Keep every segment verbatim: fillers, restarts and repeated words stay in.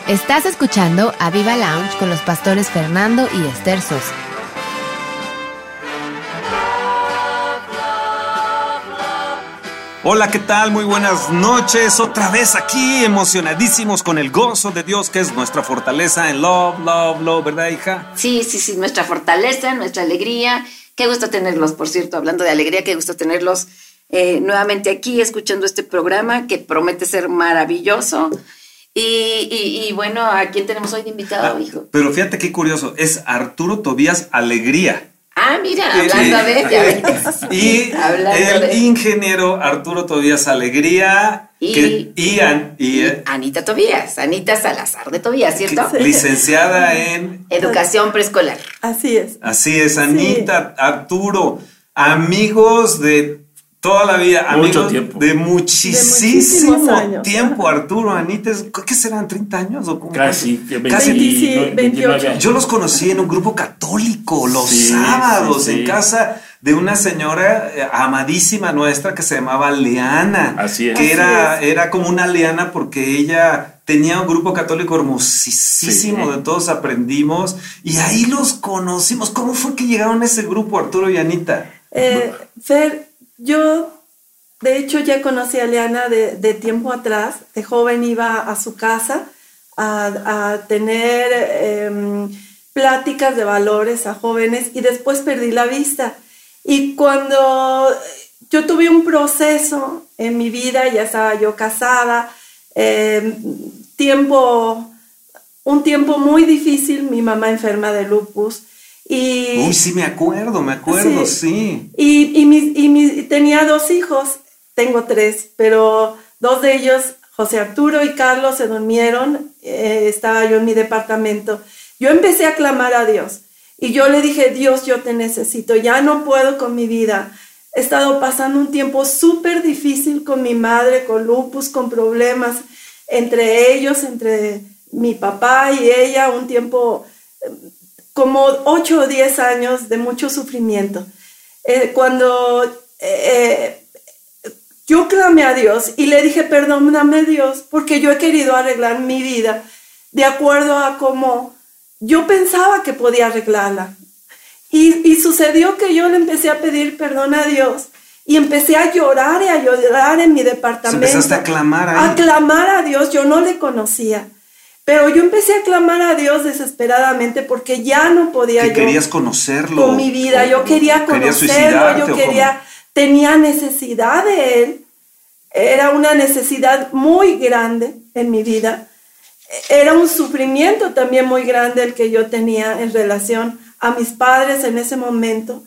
Estás escuchando a Viva Lounge con los pastores Fernando y Esther Sosa. Hola, ¿qué tal? Muy buenas noches. Otra vez aquí, emocionadísimos con el gozo de Dios, que es nuestra fortaleza en Love, Love, Love, ¿verdad, hija? Sí, sí, sí, nuestra fortaleza, nuestra alegría. Qué gusto tenerlos, por cierto, hablando de alegría, qué gusto tenerlos eh, nuevamente aquí, escuchando este programa que promete ser maravilloso. Y, y, y bueno, ¿a quién tenemos hoy de invitado, Ah, hijo? pero fíjate qué curioso, es Arturo Tobías Alegría. Ah, mira, hablando de ella. Y el de... ingeniero Arturo Tobías Alegría. Y, que, y, an, y, y Anita Tobías, Anita Salazar de Tobías, ¿cierto? Que, licenciada en Educación Preescolar. Así es. Así es, Anita, sí. Arturo, amigos de toda la vida, Mucho amigos tiempo. de muchísimo de años, tiempo, Arturo, Anita, ¿qué serán? ¿treinta años o cómo? Casi, Casi veinte, veintiocho. Yo los conocí en un grupo católico los sí, sábados sí, sí. en casa de una señora eh, amadísima nuestra que se llamaba Leana. Así es. Que Así era, es. era como una Leana porque ella tenía un grupo católico hermosísimo, sí. De todos aprendimos y ahí los conocimos. ¿Cómo fue que llegaron a ese grupo, Arturo y Anita? Eh, Fer, yo de hecho ya conocí a Leana de, de tiempo atrás. De joven iba a su casa a, a tener eh, pláticas de valores a jóvenes y después perdí la vista. Y cuando yo tuve un proceso en mi vida, ya estaba yo casada, eh, tiempo, un tiempo muy difícil, mi mamá enferma de lupus. Y, Uy, sí, me acuerdo, me acuerdo, sí. sí. Y, y, mi, y mi, tenía dos hijos, tengo tres, pero dos de ellos, José Arturo y Carlos, se durmieron, eh, estaba yo en mi departamento. Yo empecé a clamar a Dios y yo le dije, Dios, yo te necesito, ya no puedo con mi vida. He estado pasando un tiempo súper difícil con mi madre, con lupus, con problemas entre ellos, entre mi papá y ella, un tiempo... como ocho o diez años de mucho sufrimiento. Eh, cuando eh, yo clamé a Dios y le dije, perdóname Dios, porque yo he querido arreglar mi vida de acuerdo a cómo yo pensaba que podía arreglarla. Y, y sucedió que yo le empecé a pedir perdón a Dios y empecé a llorar y a llorar en mi departamento. Empezaste a clamar ahí. A clamar a Dios, yo no le conocía. Pero yo empecé a clamar a Dios desesperadamente porque ya no podía que yo. Querías conocerlo. Con mi vida, yo quería conocerlo, yo quería, tenía necesidad de Él. Era una necesidad muy grande en mi vida. Era un sufrimiento también muy grande el que yo tenía en relación a mis padres en ese momento.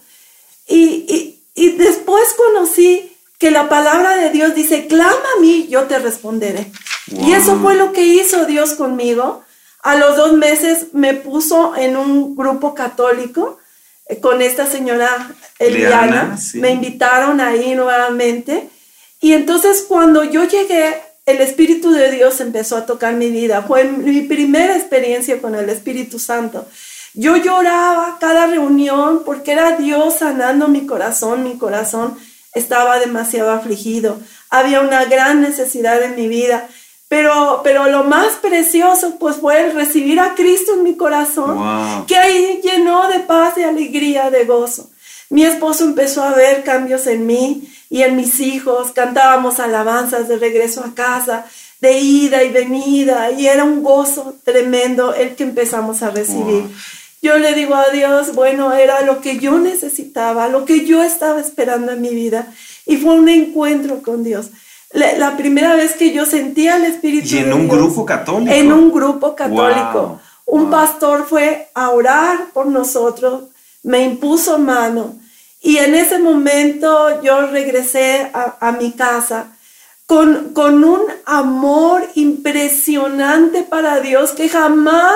Y, y, y después conocí que la palabra de Dios dice, clama a mí, yo te responderé. Wow. Y eso fue lo que hizo Dios conmigo. A los dos meses me puso en un grupo católico eh, con esta señora Eliana. Sí. Me invitaron ahí nuevamente. Y entonces cuando yo llegué, el Espíritu de Dios empezó a tocar mi vida. Fue mi primera experiencia con el Espíritu Santo. Yo lloraba cada reunión porque era Dios sanando mi corazón. Mi corazón estaba demasiado afligido. Había una gran necesidad en mi vida. Pero, pero lo más precioso pues fue el recibir a Cristo en mi corazón, wow. Que ahí llenó de paz, de alegría, de gozo. Mi esposo empezó a ver cambios en mí y en mis hijos. Cantábamos alabanzas de regreso a casa, de ida y venida, y era un gozo tremendo el que empezamos a recibir. Wow. Yo le digo a Dios, bueno, era lo que yo necesitaba, lo que yo estaba esperando en mi vida, y fue un encuentro con Dios. La, la primera vez que yo sentía el Espíritu de Dios. ¿Y en un grupo católico? En un grupo católico. Wow. Un wow. pastor fue a orar por nosotros, me impuso mano. Y en ese momento yo regresé a, a mi casa con, con un amor impresionante para Dios que jamás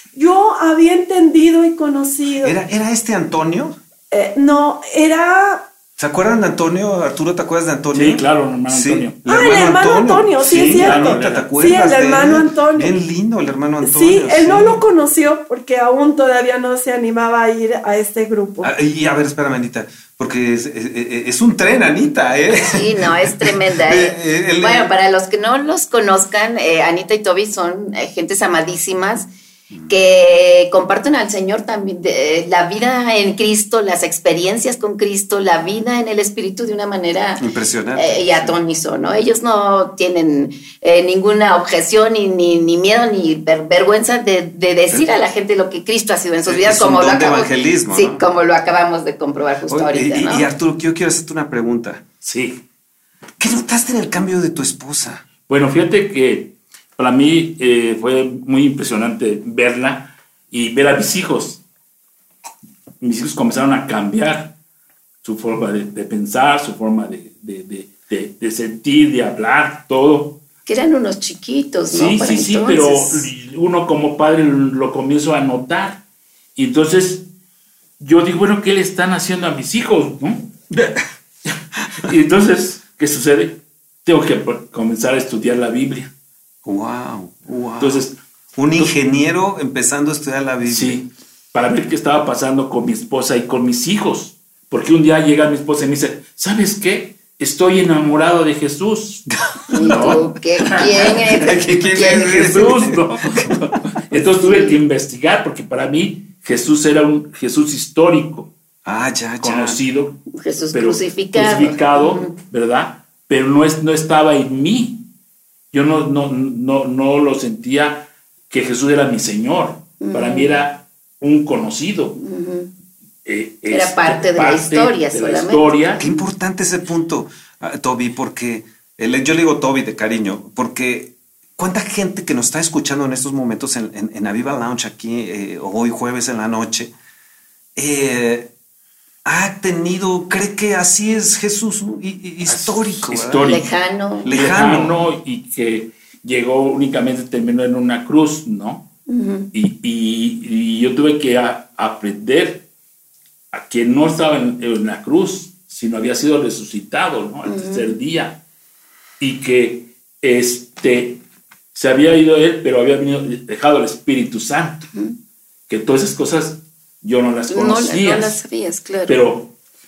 yo había entendido y conocido. ¿Era, era este Antonio? Eh, no, era... ¿Se acuerdan de Antonio? Arturo, ¿te acuerdas de Antonio? Sí, claro, el hermano sí. Antonio. Ah, el hermano Antonio, Antonio sí, sí, es cierto. Anita, ¿te acuerdas? Sí, el hermano Antonio. Bien lindo el hermano Antonio. Sí, él sí. no lo conoció porque aún todavía no se animaba a ir a este grupo. Ah, y a ver, espérame, Anita, porque es, es, es un tren, Anita, ¿eh? Sí, no, es tremenda. ¿eh? eh, el, bueno, para los que no los conozcan, eh, Anita y Toby son eh, gentes amadísimas que comparten al Señor también, de, la vida en Cristo, las experiencias con Cristo, la vida en el Espíritu de una manera impresionante eh, y atónizo, ¿no? Ellos no tienen eh, ninguna objeción ni, ni, ni miedo ni ver, vergüenza de, de decir a la gente lo que Cristo ha sido en sus vidas, es como un lo don de acabamos, evangelismo, sí, ¿no? como lo acabamos de comprobar justo Oye, ahorita, y, ¿no? y Arturo, yo quiero hacerte una pregunta. Sí. ¿Qué notaste en el cambio de tu esposa? Bueno, fíjate que para mí eh, fue muy impresionante verla y ver a mis hijos. Mis hijos comenzaron a cambiar su forma de, de pensar, su forma de, de, de, de, de sentir, de hablar, todo. Que eran unos chiquitos, ¿no? Sí, Para sí, sí, entonces. pero uno como padre lo comienzo a notar. Y entonces yo digo, bueno, ¿qué le están haciendo a mis hijos, no? Y entonces, ¿qué sucede? Tengo que comenzar a estudiar la Biblia. Wow, wow. Entonces, un ingeniero empezando a estudiar la Biblia. Sí, para ver qué estaba pasando con mi esposa y con mis hijos. Porque un día llega mi esposa y me dice, ¿sabes qué? Estoy enamorado de Jesús. ¿No? ¿Qué, ¿Quién es? ¿Quién, ¿Quién es Jesús? ¿No? Entonces tuve que investigar porque para mí Jesús era un Jesús histórico. Ah, ya, ya. Conocido. Jesús pero crucificado. Crucificado, Uh-huh. ¿verdad? Pero no, es, no estaba en mí. Yo no, no, no, no lo sentía que Jesús era mi Señor. Uh-huh. Para mí era un conocido. Uh-huh. Eh, era este, parte de parte la historia de solamente. La historia. Qué importante ese punto, uh, Toby, porque el, yo le digo Toby de cariño, porque cuánta gente que nos está escuchando en estos momentos en, en, en Aviva Lounge aquí, eh, hoy jueves en la noche, eh, ha tenido, cree que así es Jesús, ¿no? y, y, histórico, histórico. Lejano. Lejano. Lejano y que llegó únicamente, terminó en una cruz, ¿no? Uh-huh. y, y, y yo tuve que a, aprender a que no estaba en, en la cruz, sino había sido resucitado, ¿no? Al uh-huh. tercer día. Y que este, se había ido él, pero había venido, dejado el Espíritu Santo. Uh-huh. Que todas esas cosas yo no las conocía. No, no las sabías, claro. Pero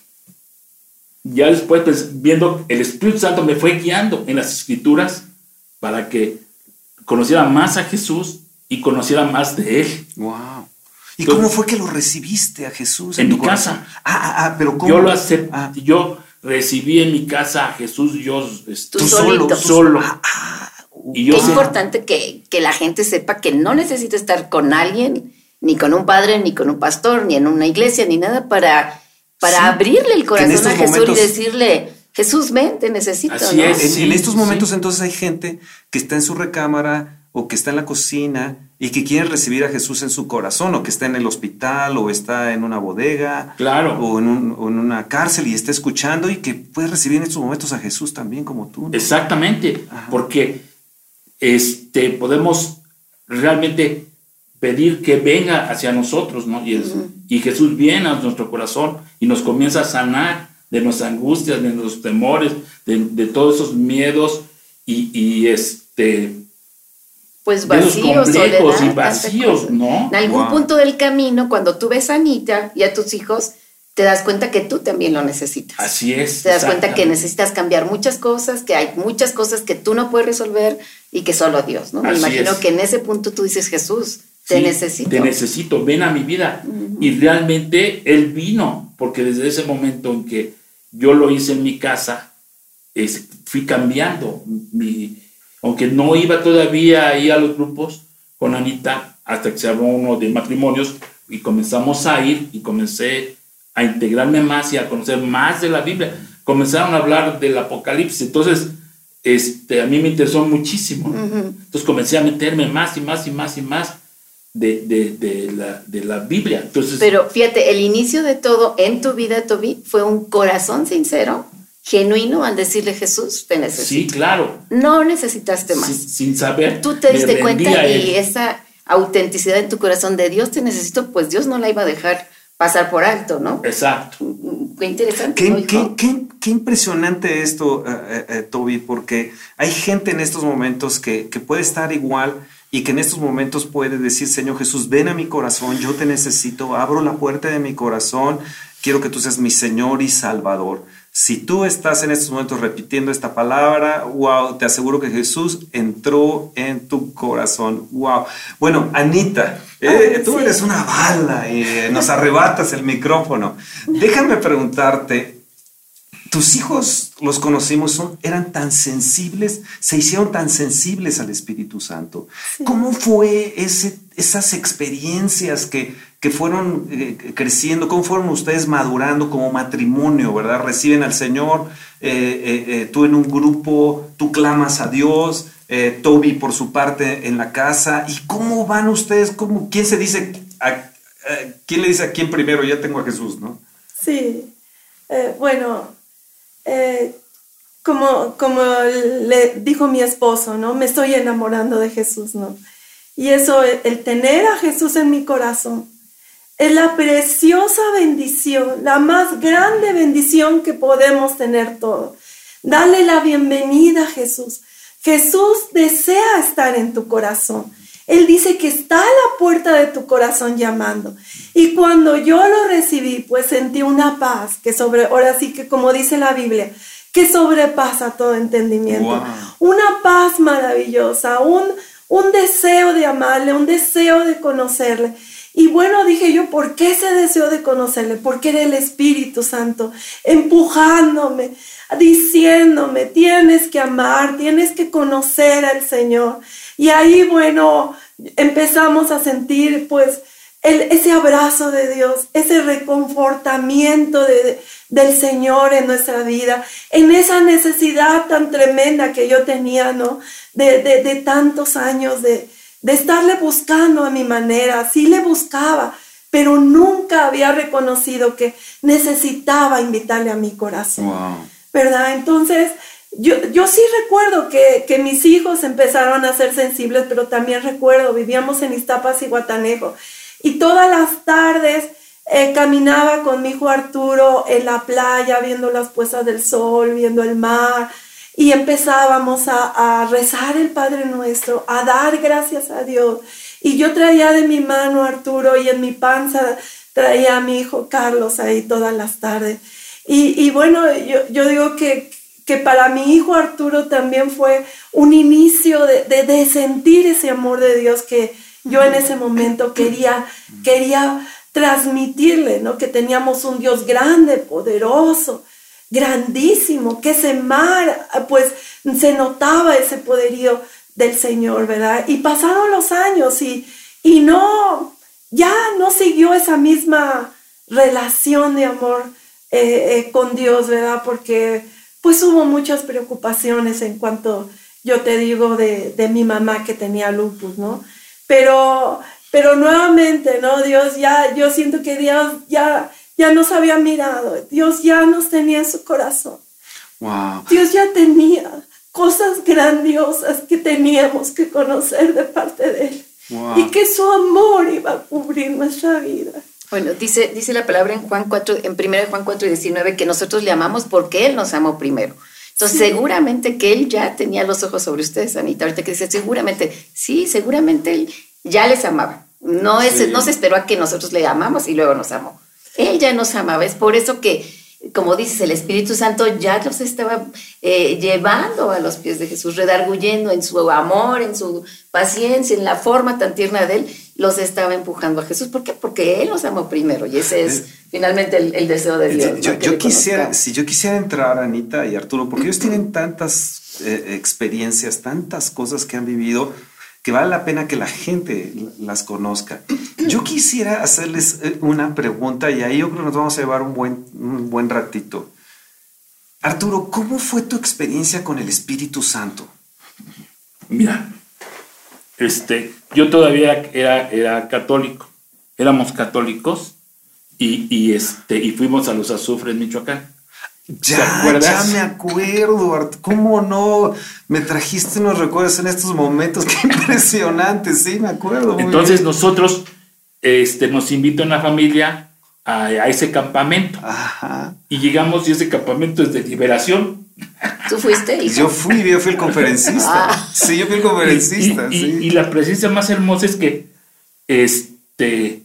ya después, pues, viendo, el Espíritu Santo me fue guiando en las Escrituras para que conociera más a Jesús y conociera más de él. Wow. ¿Y Entonces, cómo fue que lo recibiste a Jesús? En, en mi corazón? casa. Ah, ah, ah, pero ¿cómo? Yo lo acepté. Ah. Yo recibí en mi casa a Jesús, yo tú solo. solo. Ah, ah, y yo Qué sé, importante que, que la gente sepa que no necesita estar con alguien, ni con un padre, ni con un pastor, ni en una iglesia, ni nada para, para sí, abrirle el corazón a Jesús momentos, y decirle, Jesús, ven, te necesito. Así ¿no? es. En, Sí, en estos momentos sí. entonces hay gente que está en su recámara o que está en la cocina y que quiere recibir a Jesús en su corazón, o que está en el hospital, o está en una bodega, claro. o, en un, o en una cárcel y está escuchando, y que puede recibir en estos momentos a Jesús también como tú, ¿no? Exactamente, Ajá. porque este, podemos realmente pedir que venga hacia nosotros, ¿no? Y, el, uh-huh. y Jesús viene a nuestro corazón y nos comienza a sanar de nuestras angustias, de nuestros temores, de, de todos esos miedos y, y este... pues vacíos, complejos y vacíos, ¿no? En algún wow. punto del camino, cuando tú ves a Anita y a tus hijos, te das cuenta que tú también lo necesitas. Así es. Te das cuenta que necesitas cambiar muchas cosas, que hay muchas cosas que tú no puedes resolver y que solo Dios, ¿no? Me Así imagino es. que en ese punto tú dices, Jesús, te sí, necesito. Te necesito, ven a mi vida. Uh-huh. Y realmente Él vino, porque desde ese momento en que yo lo hice en mi casa, es, fui cambiando mi... Aunque no iba todavía ahí a los grupos con Anita, hasta que se abrió uno de matrimonios y comenzamos a ir y comencé a integrarme más y a conocer más de la Biblia. Comenzaron a hablar del Apocalipsis, entonces este, a mí me interesó muchísimo. Uh-huh. Entonces comencé a meterme más y más y más y más de, de, de, la, de la Biblia. Entonces, pero fíjate, el inicio de todo en tu vida, Toby, fue un corazón sincero, genuino, al decirle, Jesús, te necesito. Sí, claro. No necesitaste más. Sin, sin saber. Tú te diste cuenta y esa autenticidad en tu corazón de Dios te necesito, pues Dios no la iba a dejar pasar por alto, ¿no? Exacto. qué interesante. Qué, ¿no, qué, qué, qué impresionante esto, uh, uh, Toby, porque hay gente en estos momentos que, que puede estar igual y que en estos momentos puede decir, Señor Jesús, ven a mi corazón, yo te necesito, abro la puerta de mi corazón, quiero que tú seas mi Señor y Salvador. Si tú estás en estos momentos repitiendo esta palabra, wow, te aseguro que Jesús entró en tu corazón. Wow. Bueno, Anita, eh, tú eres una bala y eh, nos arrebatas el micrófono. Déjame preguntarte, tus hijos, los conocimos, son, eran tan sensibles, se hicieron tan sensibles al Espíritu Santo. Sí. ¿Cómo fue ese, esas experiencias que, que fueron eh, creciendo? ¿Cómo fueron ustedes madurando como matrimonio, verdad? Reciben al Señor, eh, eh, eh, tú en un grupo, tú clamas a Dios, eh, Toby por su parte en la casa. ¿Y cómo van ustedes? ¿Cómo, ¿Quién se dice? A, a, ¿Quién le dice a quién primero? Ya tengo a Jesús, ¿no? Sí, eh, bueno... Eh, como, como le dijo mi esposo, ¿no? Me estoy enamorando de Jesús, ¿no? Y eso, el, el tener a Jesús en mi corazón, es la preciosa bendición, la más grande bendición que podemos tener todos. Dale la bienvenida a Jesús. Jesús desea estar en tu corazón. Él dice que está a la puerta de tu corazón llamando. Y cuando yo lo recibí, pues sentí una paz que sobre, ahora sí que como dice la Biblia, que sobrepasa todo entendimiento. Wow. Una paz maravillosa, un, un deseo de amarle, un deseo de conocerle. Y bueno, dije yo, ¿por qué ese deseo de conocerle? Porque era el Espíritu Santo empujándome, diciéndome, tienes que amar, tienes que conocer al Señor. Y ahí, bueno, empezamos a sentir, pues, el, ese abrazo de Dios, ese reconfortamiento de, de, del Señor en nuestra vida, en esa necesidad tan tremenda que yo tenía, ¿no? De, de, de tantos años, de, de estarle buscando a mi manera. Sí le buscaba, pero nunca había reconocido que necesitaba invitarle a mi corazón. Wow. ¿Verdad? Entonces... Yo, yo sí recuerdo que, que mis hijos empezaron a ser sensibles, pero también recuerdo, vivíamos en Iztapas y Guatanejo, y todas las tardes eh, caminaba con mi hijo Arturo en la playa, viendo las puestas del sol, viendo el mar, y empezábamos a, a rezar el Padre Nuestro, a dar gracias a Dios. Y yo traía de mi mano a Arturo y en mi panza traía a mi hijo Carlos ahí todas las tardes. Y, y bueno, yo, yo digo que... que para mi hijo Arturo también fue un inicio de, de, de sentir ese amor de Dios que yo en ese momento quería, quería transmitirle, ¿no? Que teníamos un Dios grande, poderoso, grandísimo, que ese mar, pues se notaba ese poderío del Señor, ¿verdad? Y pasaron los años y, y no, ya no siguió esa misma relación de amor eh, eh, con Dios, ¿verdad? Porque... pues hubo muchas preocupaciones en cuanto, yo te digo, de, de mi mamá que tenía lupus, ¿no? Pero, pero nuevamente, ¿no? Dios ya, yo siento que Dios ya, ya nos había mirado, Dios ya nos tenía en su corazón. Wow. Dios ya tenía cosas grandiosas que teníamos que conocer de parte de Él. Wow. Y que su amor iba a cubrir nuestra vida. Bueno, dice, dice la palabra en Juan cuatro, en primera de Juan cuatro diecinueve, que nosotros le amamos porque Él nos amó primero. Entonces, sí. Seguramente que Él ya tenía los ojos sobre ustedes, Anita. Ahorita que dice, seguramente, sí, seguramente Él ya les amaba. No, es, sí. no se esperó a que nosotros le amamos y luego nos amó. Él ya nos amaba. Es por eso que, como dices, el Espíritu Santo ya los estaba eh, llevando a los pies de Jesús, redarguyendo en su amor, en su paciencia, en la forma tan tierna de Él. Los estaba empujando a Jesús. ¿Por qué? Porque Él nos amó primero y ese es finalmente el, el deseo de Dios. Yo, ¿no? yo quisiera, si yo quisiera entrar, Anita y Arturo, porque ellos tienen tantas eh, experiencias, tantas cosas que han vivido, que vale la pena que la gente las conozca. Yo quisiera hacerles una pregunta y ahí yo creo que nos vamos a llevar un buen, un buen ratito. Arturo, ¿cómo fue tu experiencia con el Espíritu Santo? Mira, este, yo todavía era, era católico, éramos católicos y, y, este, y fuimos a los Azufres, Michoacán. Ya, ya me acuerdo, ¿cómo no? Me trajiste unos recuerdos en estos momentos, qué impresionante, sí, me acuerdo. Muy Entonces bien. Nosotros este, nos invitó en la familia a, a ese campamento. Ajá. Y llegamos y ese campamento es de liberación. ¿Tú fuiste? Hijo? Yo fui, yo fui el conferencista. Ah. Sí, yo fui el conferencista. Y, y, sí. y, y la presencia más hermosa es que, este,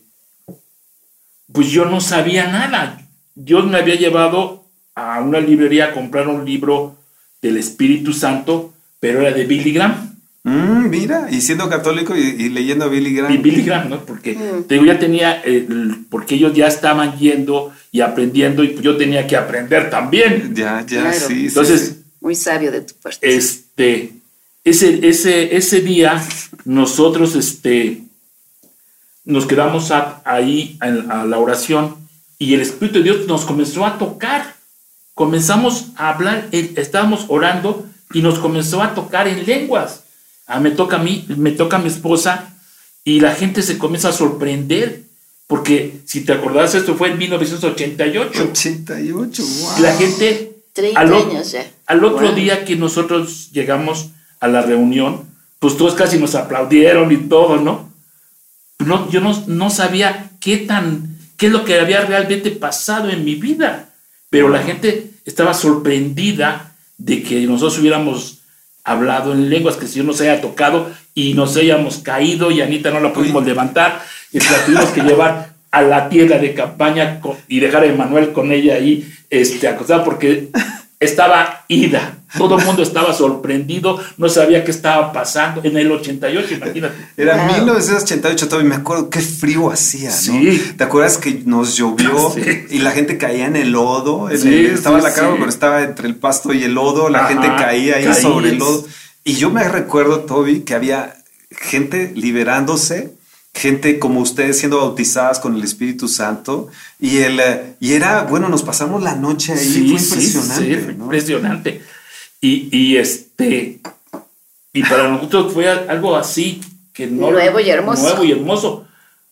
pues yo no sabía nada. Dios me había llevado a una librería a comprar un libro del Espíritu Santo, pero era de Billy Graham. Mm, mira, y siendo católico y, y leyendo a Billy Graham. Y Billy Graham, ¿no? Porque mm. te digo, ya tenía, eh, porque ellos ya estaban yendo y aprendiendo, y pues yo tenía que aprender también. Ya, ya, claro. sí. Entonces, sí. Muy sabio de tu parte. Este, ese, ese, ese día, nosotros, este, nos quedamos a, ahí a, a la oración, y el Espíritu de Dios nos comenzó a tocar. Comenzamos a hablar, estábamos orando y nos comenzó a tocar en lenguas. Ah, me toca a mí, me toca a mi esposa, y la gente se comienza a sorprender, porque si te acordás, esto fue en mil novecientos ochenta y ocho. ochenta y ocho, wow. La gente, treinta al, años ya. Al otro Wow. día que nosotros llegamos a la reunión, pues todos casi nos aplaudieron y todo, ¿no? no yo no, no sabía qué tan, qué es lo que había realmente pasado en mi vida, pero la gente estaba sorprendida de que nosotros hubiéramos hablado en lenguas, que el Señor nos haya tocado y nos hayamos caído, y Anita no la pudimos levantar, y la tuvimos que llevar a la tienda de campaña con, y dejar a Emanuel con ella ahí este, acostada, porque estaba ida. Todo el mundo estaba sorprendido, no sabía qué estaba pasando en el ochenta y ocho, imagínate. Era Wow. mil novecientos ochenta y ocho todavía, me acuerdo qué frío hacía, ¿no? Sí. ¿Te acuerdas que nos llovió Sí. y la gente caía en el lodo? En Sí, el- estaba sí, la cama, sí. pero estaba entre el pasto y el lodo, la Ajá, gente caía ahí caías. sobre el lodo. Y yo me recuerdo, Toby, que había gente liberándose, gente como ustedes siendo bautizadas con el Espíritu Santo, y el eh, y era, bueno, nos pasamos la noche ahí, Sí, fue sí, impresionante, sí, fue ¿no? impresionante. Y, y este y para nosotros fue algo así que no, Nuevo y hermoso. nuevo y hermoso,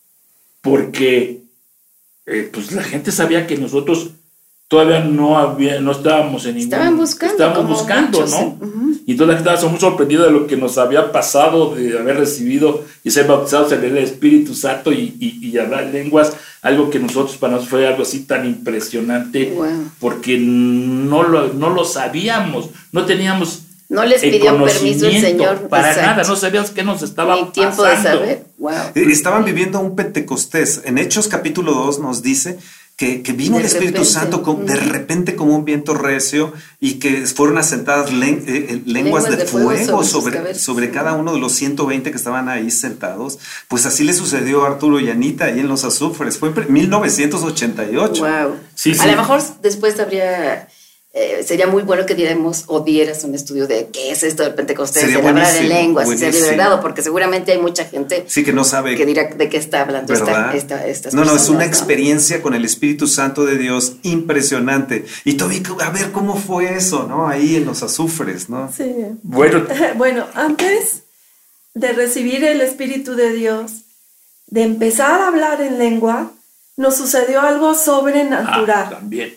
porque eh, pues la gente sabía que nosotros todavía no había, no estábamos en ningún, Estaban buscando, estábamos como buscando, muchos, ¿no? sí. Uh-huh. Y entonces la gente estaba muy sorprendida de lo que nos había pasado, de haber recibido y ser bautizados en el Espíritu Santo y, y, y hablar lenguas, algo que nosotros, para nosotros fue algo así tan impresionante, Wow. porque no lo, no lo sabíamos, no teníamos No les el pidió permiso el conocimiento Señor. para Exacto. nada, no sabíamos qué nos estaba Ni tiempo pasando. de saber. Wow. Eh, Estaban viviendo un Pentecostés. En Hechos capítulo dos nos dice que, que vino De el Espíritu repente. Santo con- de Ujú. repente como un viento recio, y que fueron asentadas len- eh, eh, lenguas, Lenguas de, de fuego fuego sobre sus sobre, cabezas. sobre cada uno de los ciento veinte que estaban ahí sentados. Pues así le sucedió a Arturo y Anita ahí en los azufres. Fue en mil novecientos ochenta y ocho. Wow. Sí, A sí. lo mejor después habría, eh, sería muy bueno que diéramos o dieras un estudio de qué es esto del Pentecostés, Sería de hablar de buenísimo, lenguas, y ser buenísimo. liberado, porque seguramente hay mucha gente Sí, que no sabe. que dirá de qué está hablando esta, ¿Verdad? esta, estas no, no, es una personas, ¿no? experiencia con el Espíritu Santo de Dios impresionante. Y Toby, a ver cómo fue eso, ¿no? Ahí en los azufres, ¿no? Sí. Bueno, Bueno, antes de recibir el Espíritu de Dios, de empezar a hablar en lengua, nos sucedió algo ah, sobrenatural. también.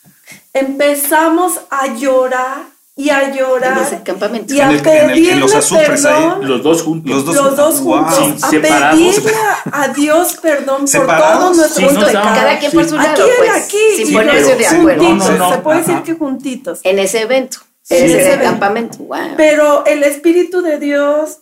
Empezamos a llorar y a llorar En ese campamento. y a En el- en el- en pedirle los azufres ahí, perdón. Los dos juntos. Los dos Los dos Wow. juntos, Sí, a separados. pedirle a Dios perdón por ¿Separados? todo nuestro Sí, no Punto de estaban- cada quien por sí. su Aquí lado, y pues, aquí, sin y ponerse pero- de sí, acuerdo. no, no, se, no, se puede ajá. decir que juntitos. En ese evento, Sí, en ese ese evento. campamento. Wow. Pero el Espíritu de Dios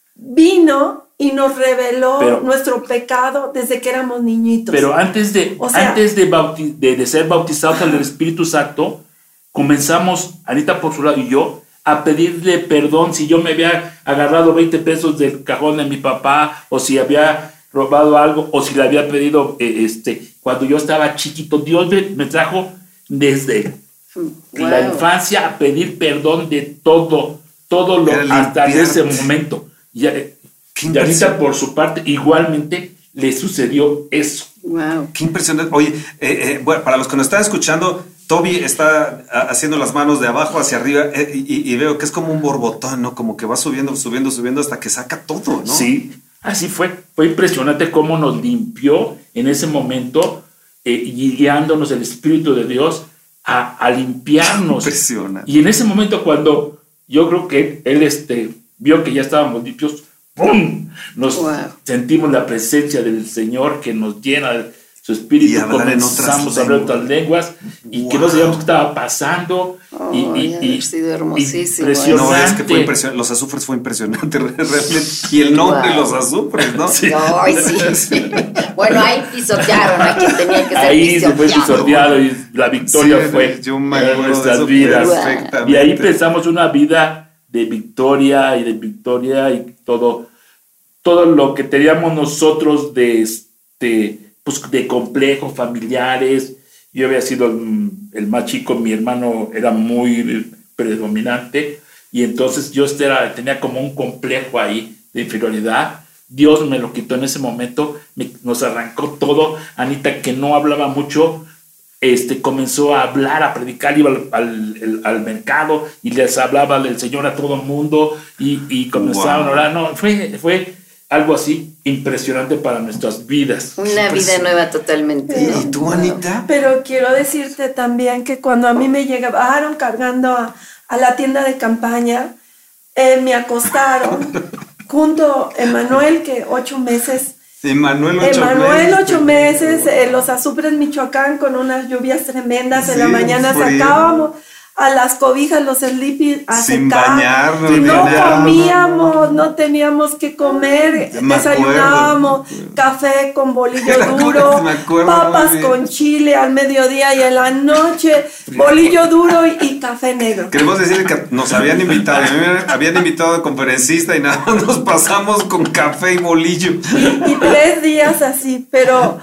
vino y nos reveló Pero- nuestro pecado desde que éramos niñitos. Pero antes de, O sea- antes de, bauti- de, de ser bautizados en el Espíritu Santo, comenzamos, Anita por su lado y yo, a pedirle perdón si yo me había agarrado veinte pesos del cajón de mi papá, o si había robado algo, o si le había pedido, eh, este, cuando yo estaba chiquito. Dios me, me trajo desde la Wow. infancia a pedir perdón de todo, todo lo Era hasta limpiarte. ese momento. Y, eh, Qué y Anita impresión. por su parte igualmente le sucedió eso. Wow. Qué impresionante. Oye, eh, eh, bueno, para los que nos están escuchando, Toby está a- haciendo las manos de abajo hacia arriba, eh, y, y veo que es como un borbotón, ¿no? Como que va subiendo, subiendo, subiendo hasta que saca todo, ¿no? Sí, así fue. Fue impresionante cómo nos limpió en ese momento, eh, y guiándonos el Espíritu de Dios a, a limpiarnos. Impresionante. Y en ese momento, cuando yo creo que él este, vio que ya estábamos limpios, ¡pum! Nos Wow. sentimos la presencia del Señor que nos llena su espíritu, y comenzamos a hablar en otras lenguas y wow. que no sabíamos qué estaba pasando. Oh, y, y, y, ha sido hermosísimo. Impresionante. No, es que fue impresionante. Los azufres fue impresionante realmente. Y el nombre, wow. Los azufres, ¿no? Sí. Ay, sí, sí. Bueno, ahí pisotearon a quien tenía que ser ahí pisoteado. Ahí se fue pisoteado y la victoria sí, fue en nuestras vidas. Wow. Y ahí empezamos una vida de victoria y de victoria y todo, todo lo que teníamos nosotros de este... pues de complejos familiares. Yo había sido el, el más chico, mi hermano era muy predominante y entonces yo era, tenía como un complejo ahí de inferioridad. Dios me lo quitó en ese momento, me, nos arrancó todo. Anita, que no hablaba mucho, este, comenzó a hablar, a predicar, iba al, al, al mercado y les hablaba del Señor a todo el mundo y, y comenzaron wow. a orar. No, fue... fue algo así impresionante para nuestras vidas. Una vida nueva totalmente. ¿Y ¿no? tú, Anita? Pero quiero decirte también que cuando a mí me llegaron cargando a, a la tienda de campaña, eh, me acostaron junto a Emanuel, que ocho meses... Emanuel ocho Emanuel, meses. ocho meses, eh, los azufres Michoacán con unas lluvias tremendas. Sí, en la mañana frío. Sacábamos a las cobijas, los sleepy a sin secar. Bañarnos, y no bañarnos. comíamos, no teníamos que comer, me desayunábamos acuerdo. Café con bolillo duro, acuerdo, papas con chile al mediodía y en la noche bolillo duro y, y café negro. Queremos decir que nos habían invitado, habían invitado a conferencista y nada más nos pasamos con café y bolillo. Y, y tres días así, pero...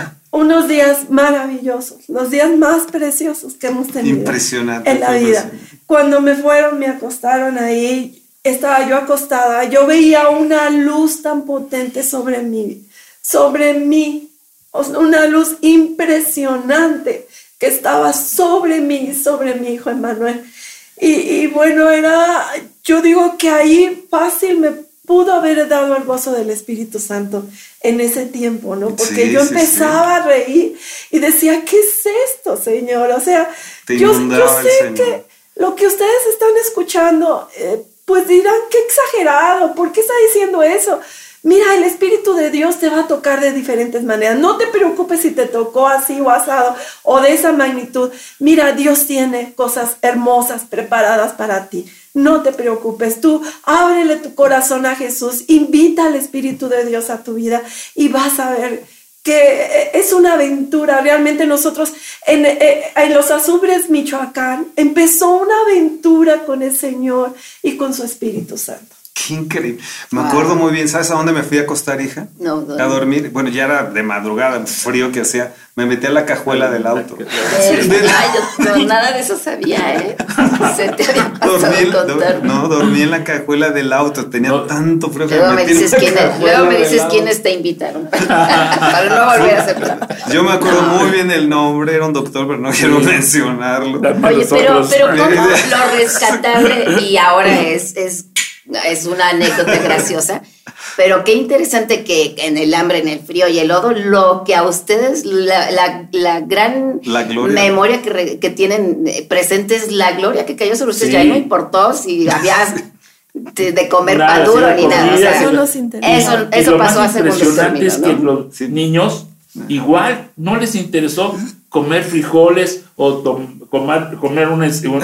unos días maravillosos, los días más preciosos que hemos tenido impresionante en la vida. Cuando me fueron, me acostaron ahí, estaba yo acostada, yo veía una luz tan potente sobre mí, sobre mí, una luz impresionante que estaba sobre mí, sobre mi hijo Emanuel. Y, y bueno, era, yo digo que ahí fácil me pudo haber dado el gozo del Espíritu Santo en ese tiempo, ¿no? Porque sí, yo empezaba sí, sí. a reír y decía, ¿qué es esto, Señor? O sea, yo, yo sé que lo que ustedes están escuchando, eh, pues dirán, qué exagerado, ¿por qué está diciendo eso? Mira, el Espíritu de Dios te va a tocar de diferentes maneras. No te preocupes si te tocó así o asado o de esa magnitud. Mira, Dios tiene cosas hermosas preparadas para ti. No te preocupes, tú ábrele tu corazón a Jesús, invita al Espíritu de Dios a tu vida y vas a ver que es una aventura. Realmente nosotros en, en los Azufres, Michoacán, empezó una aventura con el Señor y con su Espíritu Santo. Qué increíble. Me wow. acuerdo muy bien, ¿sabes a dónde me fui a acostar, hija? No, no. A dormir. Bueno, ya era de madrugada, frío que hacía. Me metí a la cajuela del auto. De, ay, yo no, nada de eso sabía, ¿eh? Se te había pasado dormí, contar. No, dormí en la cajuela del auto. Tenía no. tanto frío que luego me metí me dices quién, Luego me dices quiénes te invitaron para no volver a hacerlo. Yo me acuerdo no. muy bien el nombre, era un doctor, pero no quiero sí. mencionarlo. Oye, pero, pero ¿cómo lo rescatable? Y ahora es... es es una anécdota graciosa, pero qué interesante que en el hambre, en el frío y el lodo, lo que a ustedes, la, la, la gran la memoria que, re, que tienen presente es la gloria que cayó sobre ustedes. Sí. Ya no importó si había de, de comer nada, pan duro ni nada. O sea, eso nos interesa. Eso, eso pasó a segundo término, es que ¿no? los sí. niños igual no les interesó comer frijoles o tom, comer, comer un, un,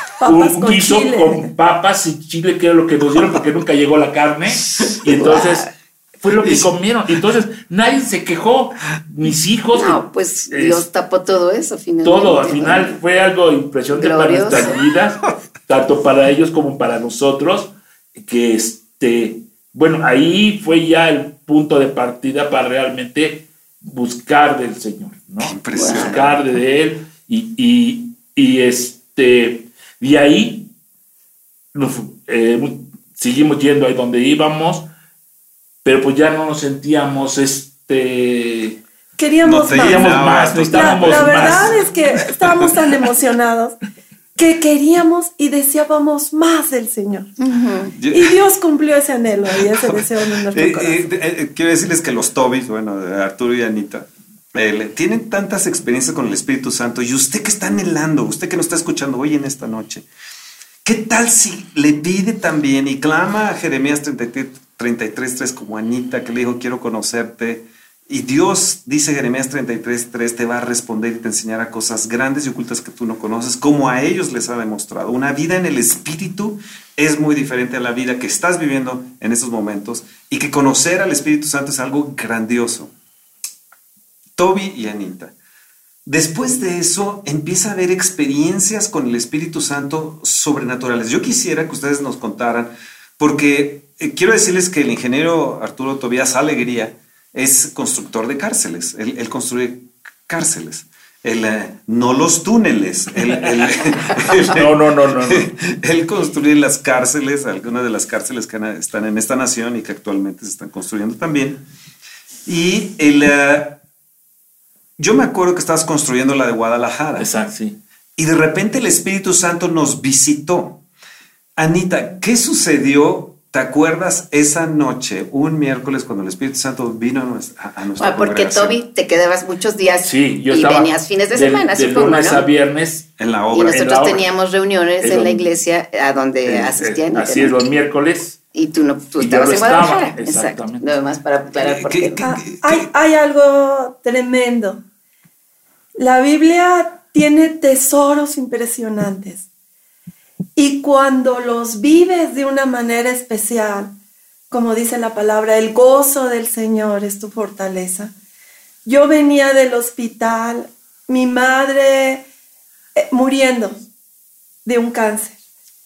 un guiso chile. Con papas y chile, que era lo que nos dieron porque nunca llegó la carne. Y entonces fue lo que comieron. Entonces nadie se quejó, mis hijos. No, pues es, Dios tapó todo eso finalmente. Todo, al final ¿no? fue algo impresionante glorioso. Para nuestras vidas, tanto para ellos como para nosotros. Que este, bueno, ahí fue ya el punto de partida para realmente buscar del Señor, ¿no? Buscar de Él y, y, y este de ahí nos, eh, seguimos yendo ahí donde íbamos, pero pues ya no nos sentíamos este queríamos no, más, más, necesitábamos la, la verdad más. Es que estábamos tan emocionados que queríamos y deseábamos más del Señor. Uh-huh. Y Dios cumplió ese anhelo y ese deseo en nuestro eh, corazón. Eh, eh, quiero decirles que los Tobis, bueno, Arturo y Anita, eh, tienen tantas experiencias con el Espíritu Santo, y usted que está anhelando, usted que nos está escuchando hoy en esta noche, ¿qué tal si le pide también y clama a Jeremías treinta y tres, tres como Anita, que le dijo, quiero conocerte, Y Dios, dice Jeremías treinta y tres, tres, te va a responder y te enseñará cosas grandes y ocultas que tú no conoces, como a ellos les ha demostrado. Una vida en el Espíritu es muy diferente a la vida que estás viviendo en esos momentos, y que conocer al Espíritu Santo es algo grandioso. Toby y Anita. Después de eso, empieza a haber experiencias con el Espíritu Santo sobrenaturales. Yo quisiera que ustedes nos contaran, porque eh, quiero decirles que el ingeniero Arturo Tobías Alegría es constructor de cárceles. Él, él construye cárceles. Él, eh, no los túneles. Él, él, él, no, no, no, no, no. Él construye las cárceles, algunas de las cárceles que están en esta nación y que actualmente se están construyendo también. Y él, uh, yo me acuerdo que estabas construyendo la de Guadalajara. Exacto, sí. Y de repente el Espíritu Santo nos visitó. Anita, ¿qué sucedió? ¿Te acuerdas esa noche, un miércoles, cuando el Espíritu Santo vino a nuestra, a nuestra ah, porque Toby, te quedabas muchos días sí, yo y estaba venías fines de del, semana, de supongo, lunes ¿no? a viernes en la obra. Y nosotros la obra. teníamos reuniones en, en la iglesia a donde eh, asistían. Eh, así es, los miércoles. Y tú no, tú y estabas en Guadalajara. Estaba, exactamente. Exacto. Nada más para aclarar por qué. Ah, hay, hay algo tremendo. La Biblia tiene tesoros impresionantes. Y cuando los vives de una manera especial, como dice la palabra, el gozo del Señor es tu fortaleza. Yo venía del hospital, mi madre eh, muriendo de un cáncer.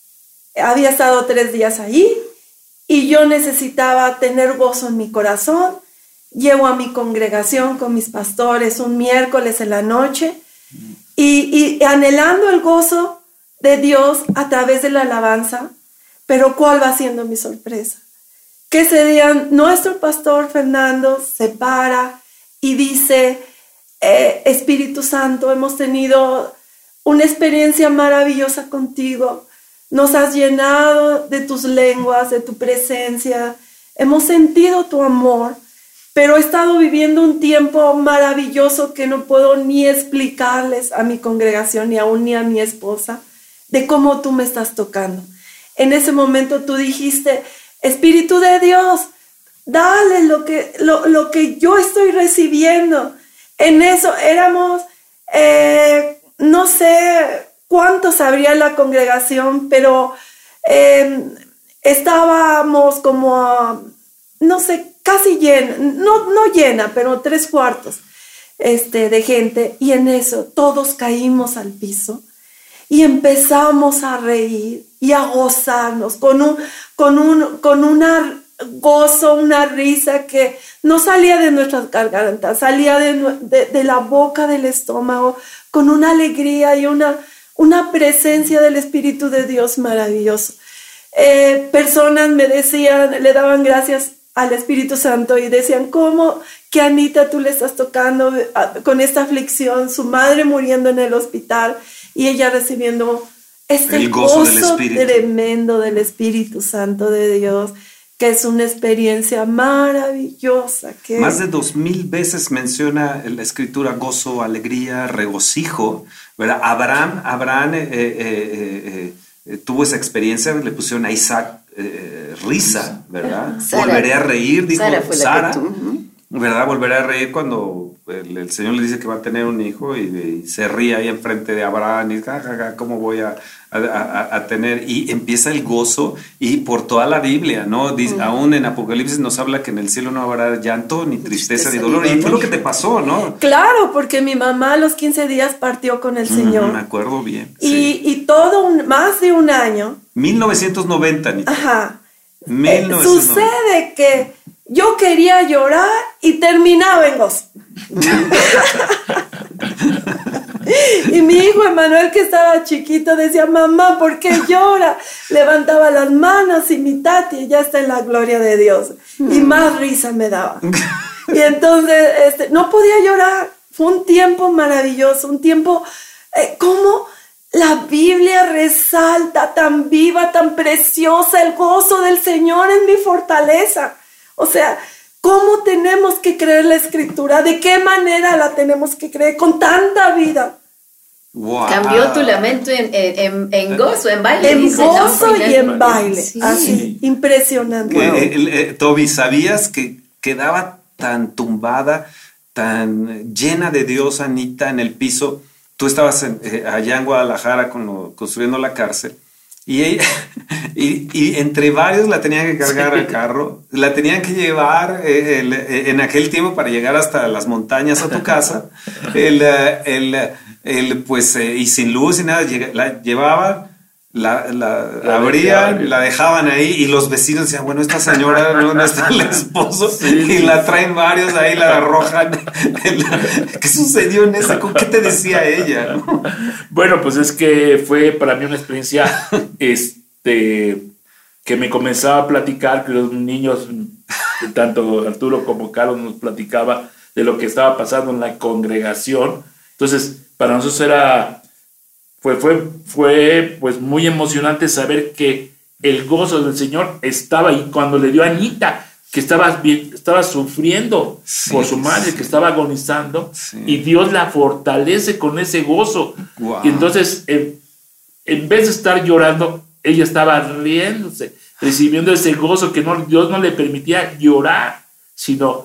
Había estado tres días ahí y yo necesitaba tener gozo en mi corazón. Llego a mi congregación con mis pastores un miércoles en la noche y, y anhelando el gozo de Dios a través de la alabanza. Pero ¿cuál va siendo mi sorpresa? Que ese día nuestro pastor Fernando se para y dice, eh, Espíritu Santo, hemos tenido una experiencia maravillosa contigo. Nos has llenado de tus lenguas, de tu presencia. Hemos sentido tu amor, pero he estado viviendo un tiempo maravilloso que no puedo ni explicarles a mi congregación, ni aún ni a mi esposa, de cómo tú me estás tocando. En ese momento tú dijiste, Espíritu de Dios, dale lo que, lo, lo que yo estoy recibiendo. En eso éramos, eh, no sé cuántos habría en la congregación, pero eh, estábamos como, no sé, casi llena, no, no llena, pero tres cuartos este, de gente. Y en eso todos caímos al piso y empezamos a reír y a gozarnos con un, con un, con una gozo, una risa que no salía de nuestras gargantas, salía de, de, de la boca del estómago, con una alegría y una, una presencia del Espíritu de Dios maravilloso. Eh, personas me decían, le daban gracias al Espíritu Santo y decían, ¿cómo que Anita tú le estás tocando con esta aflicción? Su madre muriendo en el hospital y ella recibiendo este el gozo, gozo del Espíritu. tremendo del Espíritu Santo de Dios, que es una experiencia maravillosa. Que Más de dos mil veces menciona en la Escritura gozo, alegría, regocijo, ¿verdad? Abraham, Abraham eh, eh, eh, eh, tuvo esa experiencia, le pusieron a Isaac eh, risa, ¿verdad? Sara, Volveré a reír, dijo Sara, fue Sara, la que tú, uh-huh. ¿verdad? Volveré a reír cuando el, el Señor le dice que va a tener un hijo y, y se ríe ahí enfrente de Abraham y dice, ja, ja, ja, ¿cómo voy a, a, a, a tener? Y empieza el gozo y por toda la Biblia, ¿no? Dice, uh-huh. Aún en Apocalipsis nos habla que en el cielo no habrá llanto, ni tristeza, tristeza ni dolor. Y fue lo que te pasó, ¿no? Claro, porque mi mamá a los quince días partió con el uh-huh, Señor. Me acuerdo bien. Y, sí. y todo un, más de un año. mil novecientos noventa, Anita. Ajá. mil novecientos noventa. Eh, sucede que yo quería llorar y terminaba en gozo. Y mi hijo Emanuel, que estaba chiquito, decía, mamá, ¿por qué llora? Levantaba las manos y mi tati ya está en la gloria de Dios. Y más risa me daba. Y entonces este, no podía llorar. Fue un tiempo maravilloso, un tiempo eh, como la Biblia resalta tan viva, tan preciosa, el gozo del Señor es mi fortaleza. O sea, ¿cómo tenemos que creer la Escritura? ¿De qué manera la tenemos que creer con tanta vida? Wow. Cambió tu lamento en, en, en gozo, en baile. En dice, gozo ¿no? y en baile. Sí. Así, impresionante. Wow. Eh, eh, eh, Toby, ¿sabías que quedaba tan tumbada, tan llena de Dios, Anita, en el piso. Tú estabas en, eh, allá en Guadalajara con lo, construyendo la cárcel. Y, ella, y, y entre varios la tenían que cargar sí. al carro, la tenían que llevar eh, el, eh, en aquel tiempo para llegar hasta las montañas a tu casa, el, el, el, pues, eh, y sin luz y nada, la llevaban, la, la, la abrían, la dejaban ahí y los vecinos decían, bueno, esta señora no, no está el esposo sí, y sí. la traen varios ahí, la arrojan. ¿Qué sucedió en eso? ¿Con qué te decía ella? ¿No? Bueno, pues es que fue para mí una experiencia este, que me comenzaba a platicar, que los niños, tanto Arturo como Carlos nos platicaba de lo que estaba pasando en la congregación. Entonces, para nosotros era... Fue, fue, fue pues muy emocionante saber que el gozo del Señor estaba ahí cuando le dio a Anita, que estaba, estaba sufriendo sí, por su madre, sí. que estaba agonizando, sí. y Dios la fortalece con ese gozo. Wow. Y entonces, en, en vez de estar llorando, ella estaba riéndose, recibiendo ese gozo que no, Dios no le permitía llorar, sino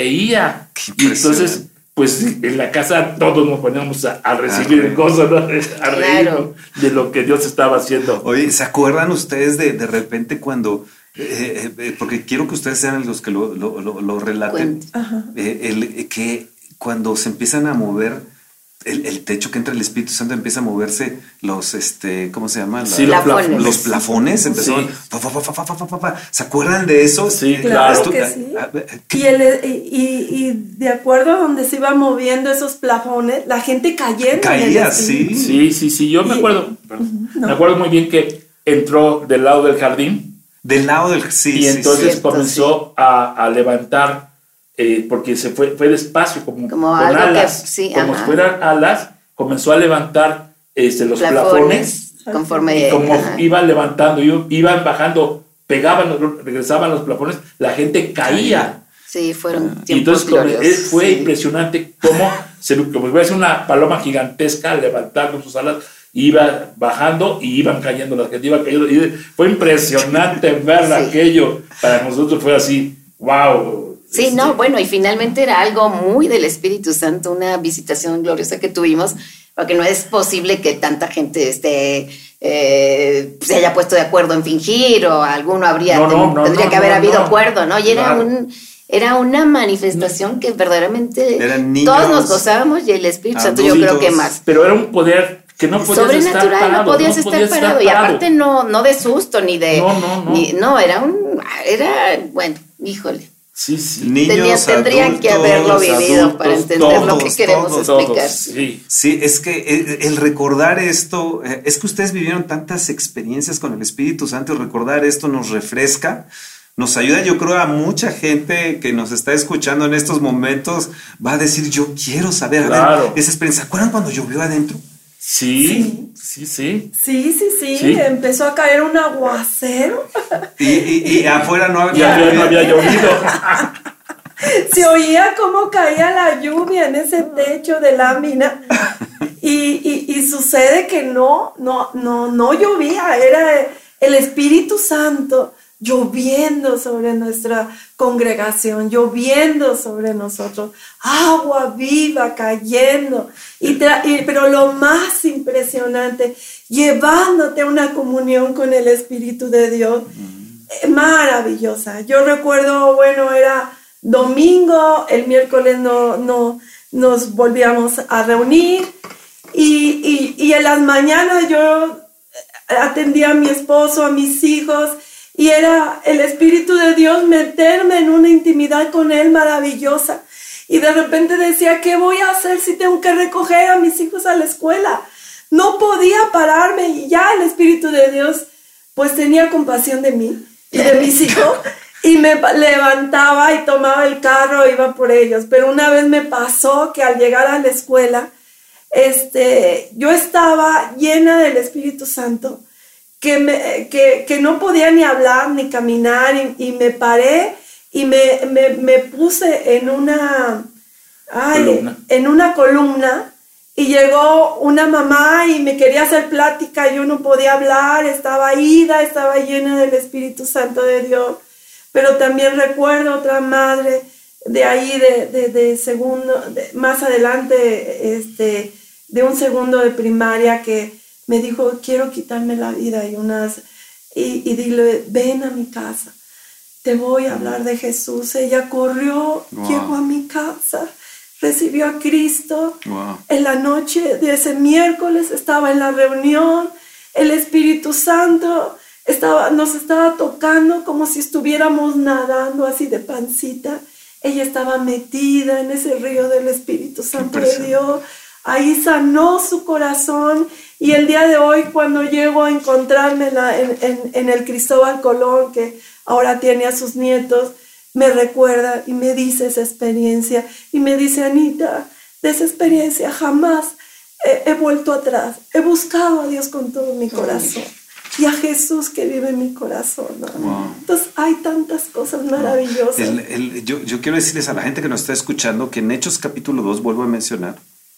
reía. Y entonces... pues en la casa todos nos poníamos a, a recibir el gozo, ¿no? A reír claro. de lo que Dios estaba haciendo. Oye, ¿se acuerdan ustedes de, de repente cuando, eh, eh, porque quiero que ustedes sean los que lo, lo, lo, lo relaten, eh, el, que cuando se empiezan a mover el, el techo, que entra el Espíritu Santo, empieza a moverse los, este, ¿cómo se llama? Sí, la, plafones. Los plafones empezaron. Sí. Pa, pa, pa, pa, pa, pa, pa. ¿Se acuerdan de eso? Sí, claro. claro. Que sí. Y, el, y, y de acuerdo a donde se iban moviendo esos plafones, la gente cayendo. Caía, sí. Sí, sí, sí. Yo y, me acuerdo, perdón, no. me acuerdo muy bien que entró del lado del jardín. Del lado del sí. Y entonces sí, comenzó sí. a, a levantar. Eh, porque se fue, fue despacio, como, como con alas, que, sí, como si fueran alas, comenzó a levantar este, los plafones, plafones conforme y como ajá. iban levantando, iban bajando, pegaban, regresaban los plafones, la gente caía. Sí, fueron tiempos y entonces gloriosos, fue sí. impresionante cómo se como si una paloma gigantesca levantando sus alas, iba bajando y iban cayendo, la gente iba cayendo, y fue impresionante ver sí. aquello. Para nosotros fue así, wow. Sí, este. no, bueno, y finalmente era algo muy del Espíritu Santo, una visitación gloriosa que tuvimos, porque no es posible que tanta gente esté, eh, se haya puesto de acuerdo en fingir, o alguno habría, no, no, no, tendría no, que haber no, habido no. acuerdo, ¿no? Y era claro. un... Era una manifestación que verdaderamente niños, todos nos gozábamos, y el Espíritu Santo yo creo que más. Pero era un poder que no podías sobrenatural, estar parado, no podías no estar podías parado. Estar y parado. aparte no, no de susto, ni de... No, no, no. Ni, no, era un... Era, bueno, híjole. Sí, sí. Niños, Tenía, tendrían adultos, que haberlo vivido adultos, para entender todos, lo que queremos todos, explicar. Todos, sí. sí, es que el, el recordar esto, es que ustedes vivieron tantas experiencias con el Espíritu Santo, y recordar esto nos refresca, nos ayuda. Yo creo a mucha gente que nos está escuchando en estos momentos va a decir, yo quiero saber, a claro. ver, esa experiencia. ¿Se acuerdan cuando llovió adentro? Sí, sí, sí. Sí, sí, sí, sí. Empezó a caer un aguacero. Y, y, y afuera no había, ya, no había llovido. Se oía cómo caía la lluvia en ese techo de lámina. Y, y, y sucede que no, no, no, no llovía, era el Espíritu Santo lloviendo sobre nuestra congregación, lloviendo sobre nosotros, agua viva cayendo, y, tra- y pero lo más impresionante, llevándote a una comunión con el Espíritu de Dios, mm. maravillosa. Yo recuerdo, bueno, era domingo, el miércoles no, no nos volvíamos a reunir, y, y, y en las mañanas yo atendía a mi esposo, a mis hijos, y era el Espíritu de Dios meterme en una intimidad con Él maravillosa. Y de repente decía, ¿qué voy a hacer si tengo que recoger a mis hijos a la escuela? No podía pararme, y ya el Espíritu de Dios pues tenía compasión de mí y de mis hijos, y me levantaba y tomaba el carro, iba por ellos. Pero una vez me pasó que al llegar a la escuela, este, yo estaba llena del Espíritu Santo, que, me, que, que no podía ni hablar ni caminar, y, y me paré y me, me, me puse en una, ay, columna. en una columna, y llegó una mamá y me quería hacer plática. Yo no podía hablar, estaba ida, estaba llena del Espíritu Santo de Dios. Pero también recuerdo otra madre de ahí de, de, de segundo, de, más adelante, este, de un segundo de primaria, que me dijo, quiero quitarme la vida, y unas, y, y dile, ven a mi casa, te voy a hablar de Jesús. Ella corrió, wow. llegó a mi casa, recibió a Cristo. Wow. En la noche de ese miércoles estaba en la reunión, el Espíritu Santo estaba, nos estaba tocando como si estuviéramos nadando así de pancita. Ella estaba metida en ese río del Espíritu Santo de Dios. Ahí sanó su corazón, y el día de hoy, cuando llego a encontrármela en, en, en el Cristóbal Colón, que ahora tiene a sus nietos, me recuerda y me dice esa experiencia, y me dice, Anita, de esa experiencia jamás he, he vuelto atrás, he buscado a Dios con todo mi corazón, y a Jesús que vive en mi corazón, ¿no? Wow. Entonces hay tantas cosas maravillosas. El, el, yo, yo quiero decirles a la gente que nos está escuchando que en Hechos capítulo dos, vuelvo a mencionar,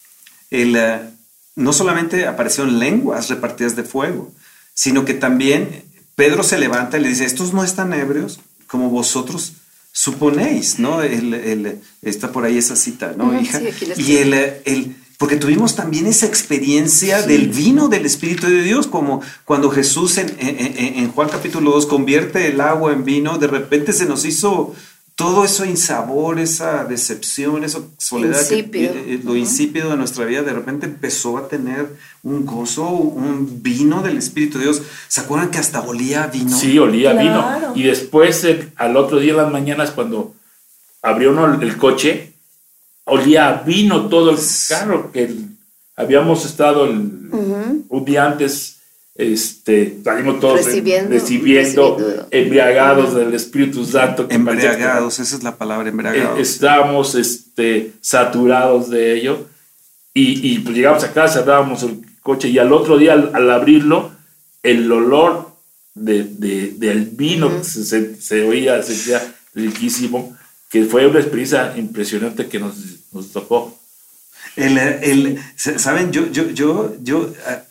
el, uh, no solamente aparecieron lenguas repartidas de fuego, sino que también Pedro se levanta y le dice, estos no están ebrios como vosotros suponéis, ¿no? El, el, está por ahí esa cita, ¿no, uh-huh, hija? Sí, y el, el, porque tuvimos también esa experiencia sí. del vino del Espíritu de Dios, como cuando Jesús en, en, en Juan capítulo dos convierte el agua en vino, de repente se nos hizo todo eso insabor, esa decepción, esa soledad, insípido. Que, eh, lo uh-huh. insípido de nuestra vida, de repente empezó a tener un gozo, un vino del Espíritu de Dios. ¿Se acuerdan que hasta olía a vino? Sí, olía a claro. vino. Y después, el, al otro día en las mañanas, cuando abrió uno el coche, olía a vino todo el carro, que el, habíamos estado el, uh-huh. un día antes, este, salimos todos recibiendo, recibiendo, recibiendo embriagados uh-huh. del Espíritu Santo. Que embriagados, esa es la palabra, embriagados. Eh, estábamos este, saturados de ello, y, y pues llegamos a casa, cerrábamos el coche, y al otro día, al, al abrirlo, el olor de, de, del vino uh-huh. se, se, se oía, se sentía riquísimo, que fue una experiencia impresionante que nos, nos tocó. El, el, ¿Saben? Yo, yo, yo, yo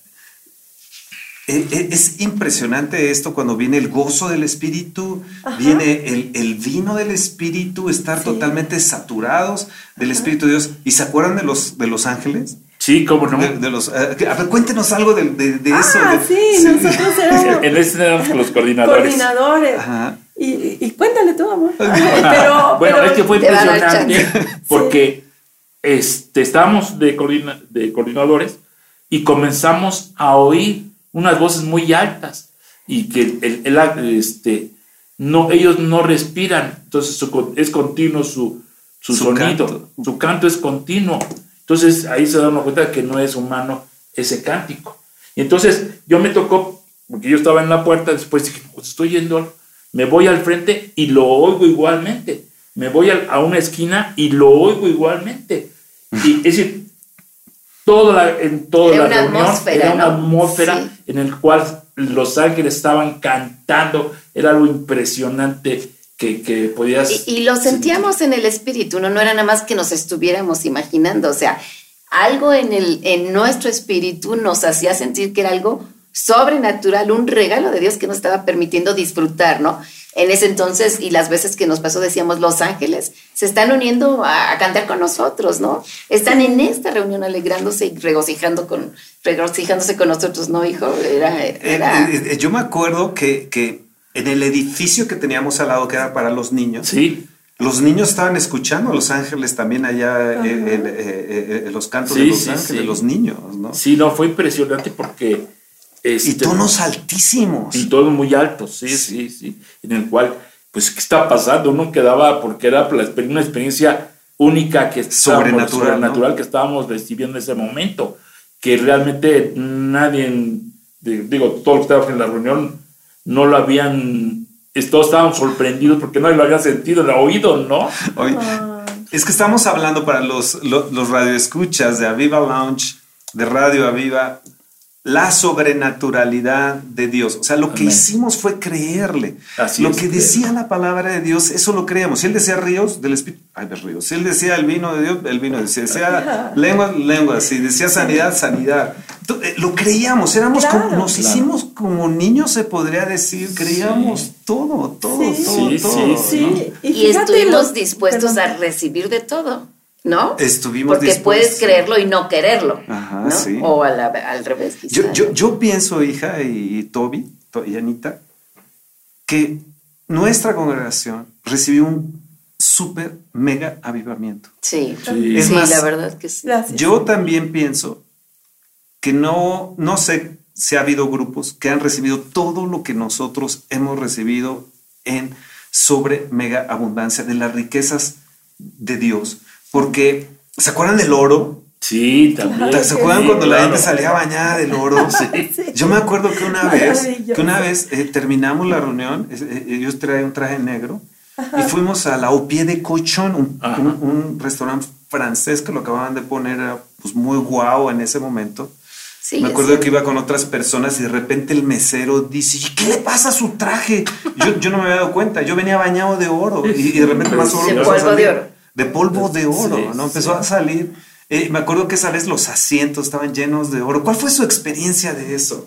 eh, es impresionante esto cuando viene el gozo del Espíritu, ajá. viene el, el vino del Espíritu, estar sí. totalmente saturados del ajá. Espíritu de Dios. ¿Y se acuerdan de los, de los ángeles? Sí, cómo no. De, de los, uh, a ver, cuéntenos algo de, de, de ah, eso. Ah, sí, sí, nosotros éramos... en ese éramos los coordinadores. Coordinadores. Ajá. Y, y, y cuéntale tú, amor. pero, bueno, pero, es que fue impresionante porque sí. este, estábamos de, coordina, de coordinadores y comenzamos a oír unas voces muy altas y que el, el, el, este, no, ellos no respiran, entonces su, es continuo su, su, su sonido, canto. Su canto es continuo. Entonces ahí se da una cuenta de que no es humano ese cántico. Y entonces yo me tocó, porque yo estaba en la puerta, después dije, pues estoy yendo, me voy al frente y lo oigo igualmente. Me voy a, a una esquina y lo oigo igualmente. Y es decir, toda la, en toda era la una reunión atmósfera, era una ¿no? atmósfera sí. en el cual los ángeles estaban cantando. Era algo impresionante. Que, que podías... Y, y lo sentíamos sí. en el espíritu, ¿no? No era nada más que nos estuviéramos imaginando, o sea, algo en, el, en nuestro espíritu nos hacía sentir que era algo sobrenatural, un regalo de Dios que nos estaba permitiendo disfrutar, ¿no? En ese entonces, y las veces que nos pasó, decíamos, los ángeles se están uniendo a, a cantar con nosotros, ¿no? Están en esta reunión alegrándose y regocijando con, regocijándose con nosotros, ¿no, hijo? Era, era... Eh, eh, yo me acuerdo que... que en el edificio que teníamos al lado, que era para los niños, sí. los niños estaban escuchando a los ángeles también allá, uh-huh. eh, eh, eh, eh, los cantos sí, de los sí, ángeles, sí. los niños, ¿no? Sí, no, fue impresionante porque... Este, y tonos altísimos. Y tonos muy altos, sí, sí, sí. En el cual, pues, ¿qué está pasando? Uno quedaba, porque era una experiencia única, que sobrenatural, sobrenatural ¿no? que estábamos recibiendo en ese momento, que realmente nadie, digo, todos los que estaban en la reunión, no lo habían, todos estaban sorprendidos porque nadie lo había sentido, lo oído, ¿no? Oye, es que estamos hablando para los, los, los radioescuchas de Aviva Lounge, de Radio Aviva. la sobrenaturalidad de Dios. O sea, lo que Amén. hicimos fue creerle. Así lo es, que decía creer. La palabra de Dios, eso lo creíamos. Si Él decía ríos, del Espíritu, ay, de ríos. Si Él decía el vino de Dios, el vino de Dios. Si decía lengua, lengua. Si decía sanidad, sanidad. Lo creíamos, éramos claro, como, nos claro. hicimos como niños, se podría decir, creíamos sí. todo, todo, sí. todo, sí, todo. Sí, sí. ¿no? Y, y estuvimos los, dispuestos perdón. a recibir de todo. ¿No? Estuvimos Porque dispuestos. puedes creerlo y no quererlo. Ajá, ¿no? Sí. O a la, al revés. Quizá, yo, yo, yo pienso, hija y, y Toby y Anita, que nuestra congregación recibió un súper mega avivamiento. Sí, sí. Es sí, más, la verdad que sí. Gracias. Yo también pienso que no, no sé si ha habido grupos que han recibido todo lo que nosotros hemos recibido en sobre mega abundancia de las riquezas de Dios. Porque, ¿se acuerdan del oro? Sí, también. ¿Se acuerdan sí, cuando claro. la gente salía bañada del oro? Sí. Sí. Yo me acuerdo que una vez, que una vez eh, terminamos la reunión, eh, yo traía un traje negro, Ajá. y fuimos a la Au Pied de Cochon, un, un, un restaurante francés que lo acababan de poner, era pues muy guau en ese momento. Sí, me acuerdo sí. que iba con otras personas y de repente el mesero dice, ¿y qué le pasa a su traje? Yo, yo no me había dado cuenta, yo venía bañado de oro y, y de repente más oro. De polvo de oro. De polvo de oro, sí, ¿no? Empezó sí. a salir. Eh, me acuerdo que esa vez los asientos estaban llenos de oro. ¿Cuál fue su experiencia de eso?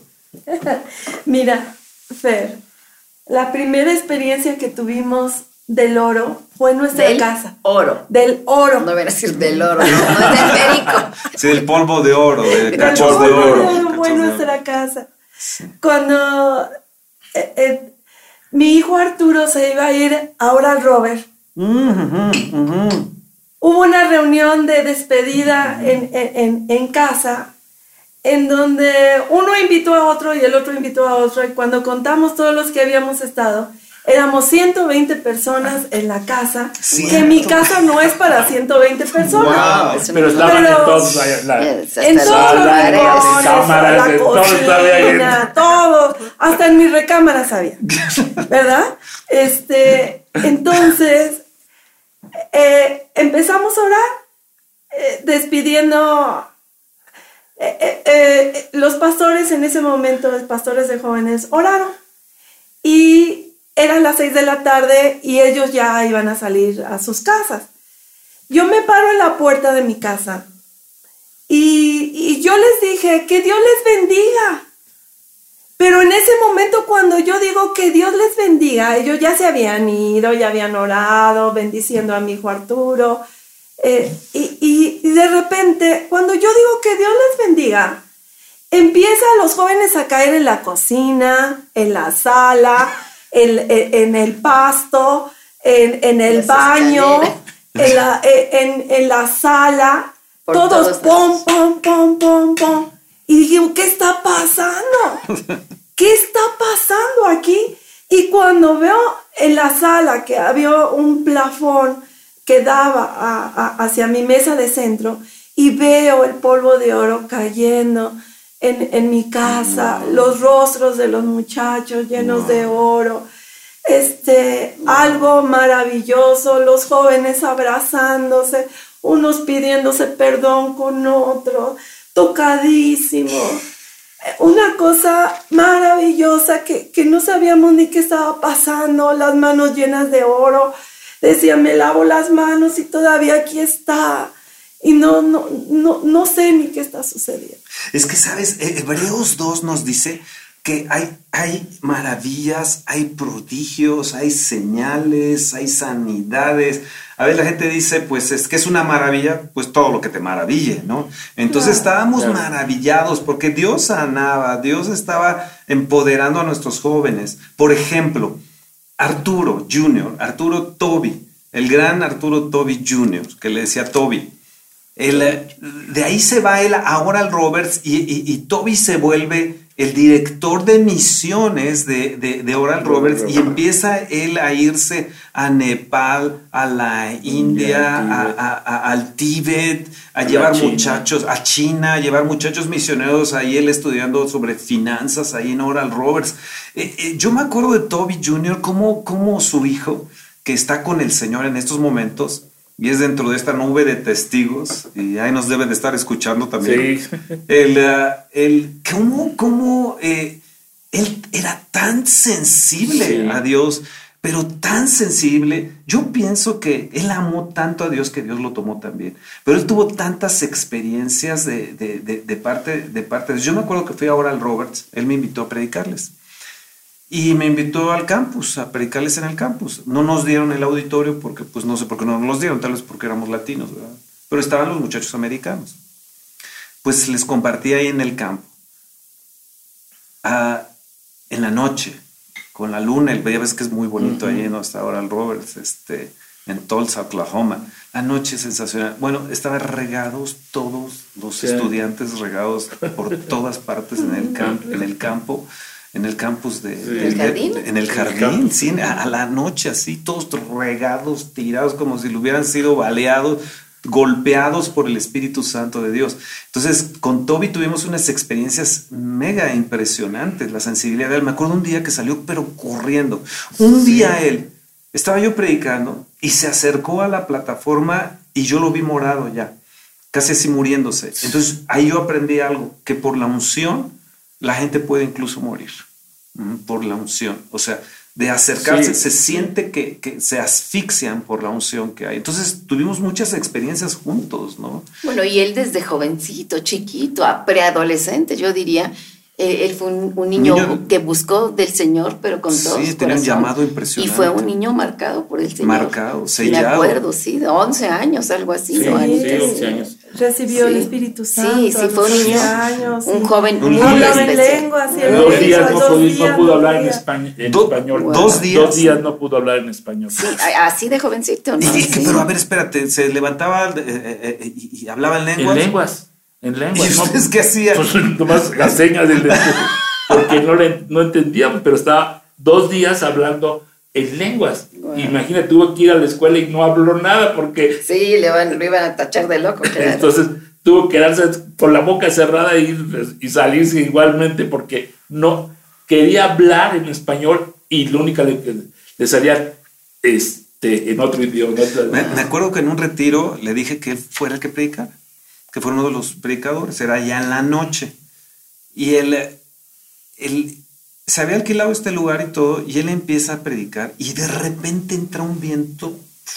Mira, Fer, la primera experiencia que tuvimos del oro fue en nuestra del casa. Oro. Del oro. No voy a decir del oro, no, no es del perico. Sí, del polvo de oro, de cachos de oro. Del fue en nuestra oro. casa. Sí. Cuando eh, eh, mi hijo Arturo se iba a ir ahora al Robert. Uh-huh, uh-huh. Hubo una reunión de despedida uh-huh. en, en, en casa en donde uno invitó a otro y el otro invitó a otro, y cuando contamos todos los que habíamos estado éramos ciento veinte personas en la casa, ¿Cierto? que mi casa no es para ciento veinte personas. Wow, pero estaban en todos la, en todos los rincones, cámaras, la cocina, todo, hasta en mi recámara sabía, ¿verdad? Este, entonces eh, empezamos a orar, eh, despidiendo eh, eh, eh, los pastores en ese momento, los pastores de jóvenes oraron y eran las seis de la tarde y ellos ya iban a salir a sus casas. Yo me paro en la puerta de mi casa y, y yo les dije que Dios les bendiga. Pero en ese momento cuando yo digo que Dios les bendiga, ellos ya se habían ido, ya habían orado, bendiciendo a mi hijo Arturo. Eh, y, y, y de repente, cuando yo digo que Dios les bendiga, empiezan los jóvenes a caer en la cocina, en la sala, en, en, en el pasto, en, en el Las baño, en la, en, en la sala, Por todos pom, pom, pom, pom, pom. Y dije, ¿qué está pasando? ¿Qué está pasando aquí? Y cuando veo en la sala que había un plafón que daba a, a, hacia mi mesa de centro y veo el polvo de oro cayendo en, en mi casa, wow. los rostros de los muchachos llenos wow. de oro, este, wow. algo maravilloso, los jóvenes abrazándose, unos pidiéndose perdón con otros, tocadísimo, una cosa maravillosa que, que no sabíamos ni qué estaba pasando, las manos llenas de oro, decía, me lavo las manos y todavía aquí está, y no, no, no, no sé ni qué está sucediendo. Es que, ¿sabes? Hebreos dos nos dice que hay, hay maravillas, hay prodigios, hay señales, hay sanidades. A ver, la gente dice, pues es que es una maravilla, pues todo lo que te maraville, ¿no? Entonces claro, estábamos claro. maravillados porque Dios sanaba, Dios estaba empoderando a nuestros jóvenes. Por ejemplo, Arturo junior, Arturo Toby, el gran Arturo Toby junior, que le decía Toby. El, de ahí se va él ahora al Roberts y, y, y Toby se vuelve el director de misiones de, de, de Oral Roberts y empieza él a irse a Nepal, a la India, a, a, a, al Tíbet, a, a llevar muchachos, a China, a llevar muchachos misioneros ahí, él estudiando sobre finanzas ahí en Oral Roberts. Eh, eh, yo me acuerdo de Toby junior, cómo, cómo su hijo, que está con el Señor en estos momentos, y es dentro de esta nube de testigos, y ahí nos deben de estar escuchando también. Sí. El, uh, el, ¿Cómo, cómo eh, él era tan sensible sí. a Dios, pero tan sensible? Yo pienso que él amó tanto a Dios que Dios lo tomó también, pero él tuvo tantas experiencias de, de, de, de, parte, de parte de Dios. Yo me acuerdo que fui a Oral Roberts, él me invitó a predicarles. Y me invitó al campus, a predicarles en el campus. No nos dieron el auditorio porque, pues no sé por qué no nos los dieron, tal vez porque éramos latinos, ¿verdad? Pero estaban los muchachos americanos. Pues les compartí ahí en el campo. Ah, en la noche, con la luna, el, ya ves que es muy bonito uh-huh. ahí, ¿no? Hasta ahora el Roberts, este, en Tulsa, Oklahoma. La noche sensacional. Bueno, estaban regados todos los sí. estudiantes, regados por todas partes en el, camp, en el campo. En el campus de... Sí. de ¿El jardín? En el jardín, sí, a, a la noche así, todos regados, tirados como si lo hubieran sido baleados, golpeados por el Espíritu Santo de Dios. Entonces, con Toby tuvimos unas experiencias mega impresionantes, la sensibilidad de él. Me acuerdo un día que salió, pero corriendo. Un sí. día él, estaba yo predicando y se acercó a la plataforma y yo lo vi morado ya, casi así muriéndose. Entonces, ahí yo aprendí algo, que por la unción la gente puede incluso morir por la unción. O sea, de acercarse, sí, se siente que, que se asfixian por la unción que hay. Entonces tuvimos muchas experiencias juntos, ¿no? Bueno, y él desde jovencito, chiquito, a preadolescente, yo diría, eh, él fue un, un niño, niño que buscó del Señor, pero con todo sí, su tenía corazón. Un llamado impresionante. Y fue un niño marcado por el Señor. Marcado, sellado. Me acuerdo, sí, de once años, algo así. Sí, ¿no? sí, once años. Recibió sí. el Espíritu Santo. Sí, sí, fue un niño, años, un sí. joven un muy hablaba en especial. lengua, sí, En dos días no, dos pudo, días, no pudo dos hablar en, días. español, en Do, español. Wow. Dos días. Dos días no pudo hablar en español. Sí, así de jovencito, ¿no? Y, y, sí. Pero a ver, espérate, se levantaba eh, eh, eh, y, y hablaba en lenguas. En lenguas. En lenguas. ¿Y no, ustedes qué hacían? Pues nomás las señas del porque no, le, no entendíamos, pero estaba dos días hablando en lenguas. Wow. Imagínate, tuvo que ir a la escuela y no habló nada porque... Sí, le van, lo iban a tachar de loco. Claro. Entonces tuvo que quedarse con la boca cerrada y, y salirse igualmente porque no quería hablar en español y lo único que le salía este, en otro idioma. Me, me acuerdo que en un retiro le dije que él fuera el que predicara, que fuera uno de los predicadores, era ya en la noche. Y él, él se había alquilado este lugar y todo, y él empieza a predicar, y de repente entra un viento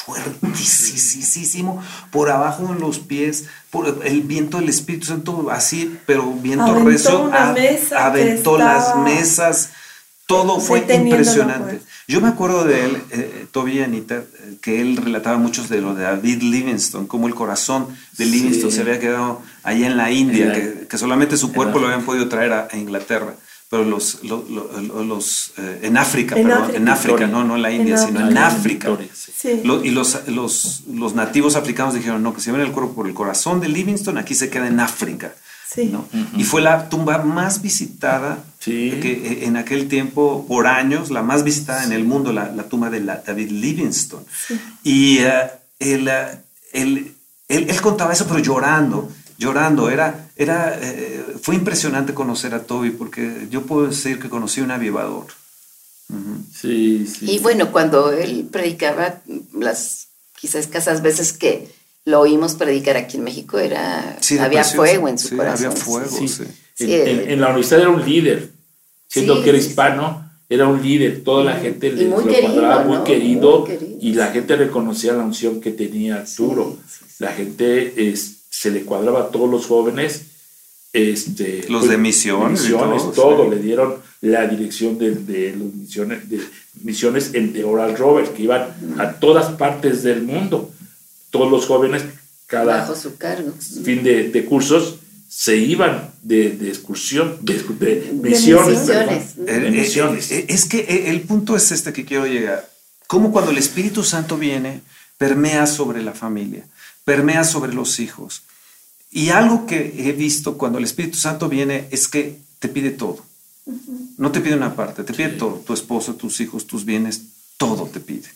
fuertísimo por abajo en los pies, por el viento del Espíritu Santo, así, pero viento aventó recio, una mesa aventó las mesas. Todo fue impresionante. Yo me acuerdo de él, eh, Toby y Anita, eh, que él relataba muchos de lo de David Livingstone, como el corazón de Livingstone sí. se había quedado allá en la India, en la, que, que solamente su cuerpo lo habían podido traer a, a Inglaterra, pero los, los, los, los eh, en África, en perdón, África. en África, no, no en la India, en sino en África. Victoria, sí. Sí. Lo, y los, los, los nativos africanos dijeron, no, que si ven el cuerpo por el corazón de Livingstone, aquí se queda en África. Sí. ¿No? Uh-huh. Y fue la tumba más visitada sí. que en aquel tiempo, por años, la más visitada sí. en el mundo, la, la tumba de la, David Livingstone. Sí. Y uh, él, uh, él, él, él contaba eso, pero llorando, llorando. Era, era, eh, fue impresionante conocer a Toby, porque yo puedo decir que conocí un avivador. Uh-huh. Sí, sí. Y bueno, cuando él predicaba, las quizás escasas veces que lo oímos predicar aquí en México, era sí, había precioso. fuego en su sí, corazón. Había fuego, sí. sí. sí. En, en, en la universidad era un líder, siendo sí, que era sí, hispano, era un líder, toda la gente le, muy lo querido, cuadraba, muy, ¿no? querido, muy querido, y la gente reconocía la unción que tenía Arturo. Sí, sí, sí. La gente es, se le cuadraba a todos los jóvenes, este, los pues, de misiones, misiones todo, todo sí. le dieron la dirección de, de las misiones, de misiones en The Oral Roberts, que iban mm. a todas partes del mundo. Todos los jóvenes, cada bajo su cargo. fin de, de cursos, se iban de, de excursión, de, de, de misiones. misiones. De de misiones. Eh, eh, es que el punto es este que quiero llegar. Como cuando el Espíritu Santo viene, permea sobre la familia, permea sobre los hijos. Y algo que he visto cuando el Espíritu Santo viene es que te pide todo. Uh-huh. No te pide una parte, te pide sí. todo. Tu esposo, tus hijos, tus bienes, todo te pide.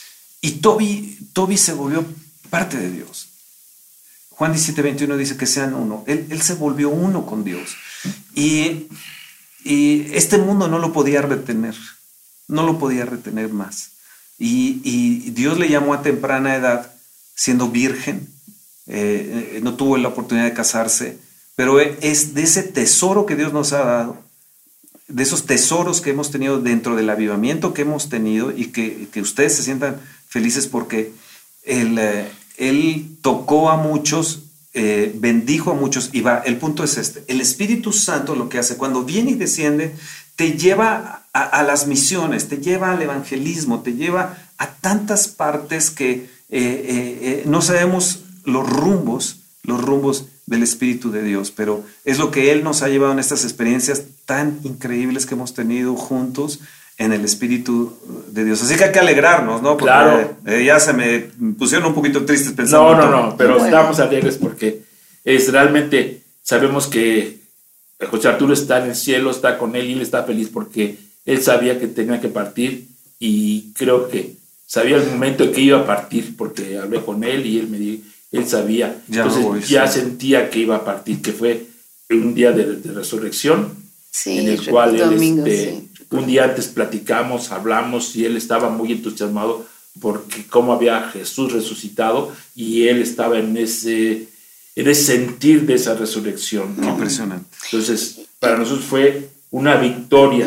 Y Toby, Toby se volvió parte de Dios. Juan diecisiete veintiuno dice que sean uno. Él, él se volvió uno con Dios. Y, y este mundo no lo podía retener. No lo podía retener más. Y, y Dios le llamó a temprana edad siendo virgen, eh, no tuvo la oportunidad de casarse, pero es de ese tesoro que Dios nos ha dado, de esos tesoros que hemos tenido dentro del avivamiento que hemos tenido, y que, que ustedes se sientan felices porque él, eh, él tocó a muchos, eh, bendijo a muchos. Y va, el punto es este: el Espíritu Santo lo que hace cuando viene y desciende, te lleva a, a las misiones, te lleva al evangelismo, te lleva a tantas partes que eh, eh, eh, no sabemos los rumbos, los rumbos del Espíritu de Dios, pero es lo que Él nos ha llevado en estas experiencias tan increíbles que hemos tenido juntos en el Espíritu de Dios. Así que hay que alegrarnos, ¿no? Porque claro. eh, ya se me pusieron un poquito tristes pensando. No, no, no, pero bueno, estamos alegres porque es realmente, sabemos que José Arturo está en el cielo, está con Él y Él está feliz porque Él sabía que tenía que partir, y creo que sabía el momento en que iba a partir porque hablé con Él y Él me dijo, Él sabía, ya entonces voy, ya sí. sentía que iba a partir, que fue un día de, de resurrección, sí, en el cual él, domingo, este, sí. un día antes platicamos, hablamos, y él estaba muy entusiasmado porque cómo había Jesús resucitado, y él estaba en ese, en ese sentir de esa resurrección, ¿no? Impresionante. Entonces, para nosotros fue una victoria,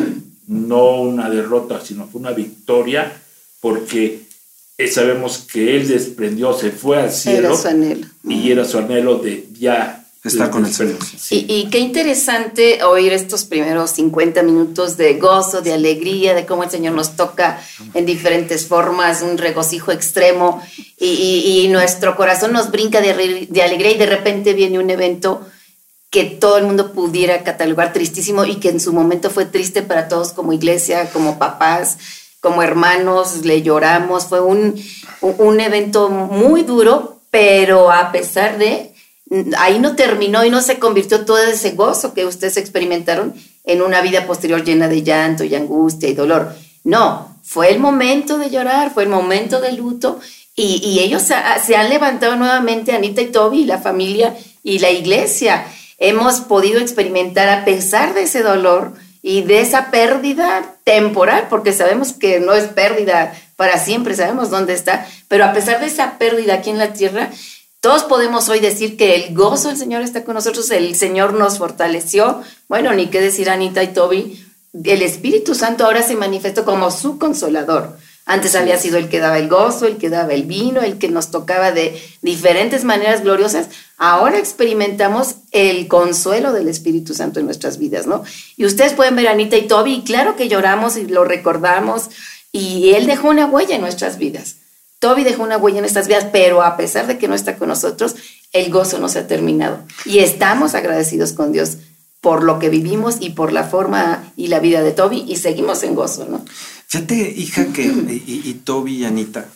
no una derrota, sino fue una victoria porque sabemos que él desprendió, se fue al cielo. Era su anhelo. Y era su anhelo de ya estar con el Señor. Sí. Y, y qué interesante oír estos primeros cincuenta minutos de gozo, de alegría, de cómo el Señor nos toca en diferentes formas, un regocijo extremo, y, y, y nuestro corazón nos brinca de, de alegría, y de repente viene un evento que todo el mundo pudiera catalogar tristísimo, y que en su momento fue triste para todos como iglesia, como papás, como hermanos, le lloramos. Fue un, un evento muy duro, pero a pesar de, ahí no terminó y no se convirtió todo ese gozo que ustedes experimentaron en una vida posterior llena de llanto y angustia y dolor. No, fue el momento de llorar, fue el momento de luto, y, y ellos se, se han levantado nuevamente, Anita y Toby, la familia y la iglesia. Hemos podido experimentar, a pesar de ese dolor y de esa pérdida temporal, porque sabemos que no es pérdida para siempre, sabemos dónde está, pero a pesar de esa pérdida aquí en la tierra, todos podemos hoy decir que el gozo del Señor está con nosotros, el Señor nos fortaleció. Bueno, ni qué decir, Anita y Toby, el Espíritu Santo ahora se manifestó como su consolador. Antes sí. había sido el que daba el gozo, el que daba el vino, el que nos tocaba de diferentes maneras gloriosas. Ahora experimentamos el consuelo del Espíritu Santo en nuestras vidas, ¿no? Y ustedes pueden ver a Anita y Toby, y claro que lloramos y lo recordamos, y Él dejó una huella en nuestras vidas. Toby dejó una huella en nuestras vidas, pero a pesar de que no está con nosotros, el gozo no se ha terminado. Y estamos agradecidos con Dios por lo que vivimos y por la forma y la vida de Toby, y seguimos en gozo, ¿no? Fíjate, hija, que y, y Toby y Anita,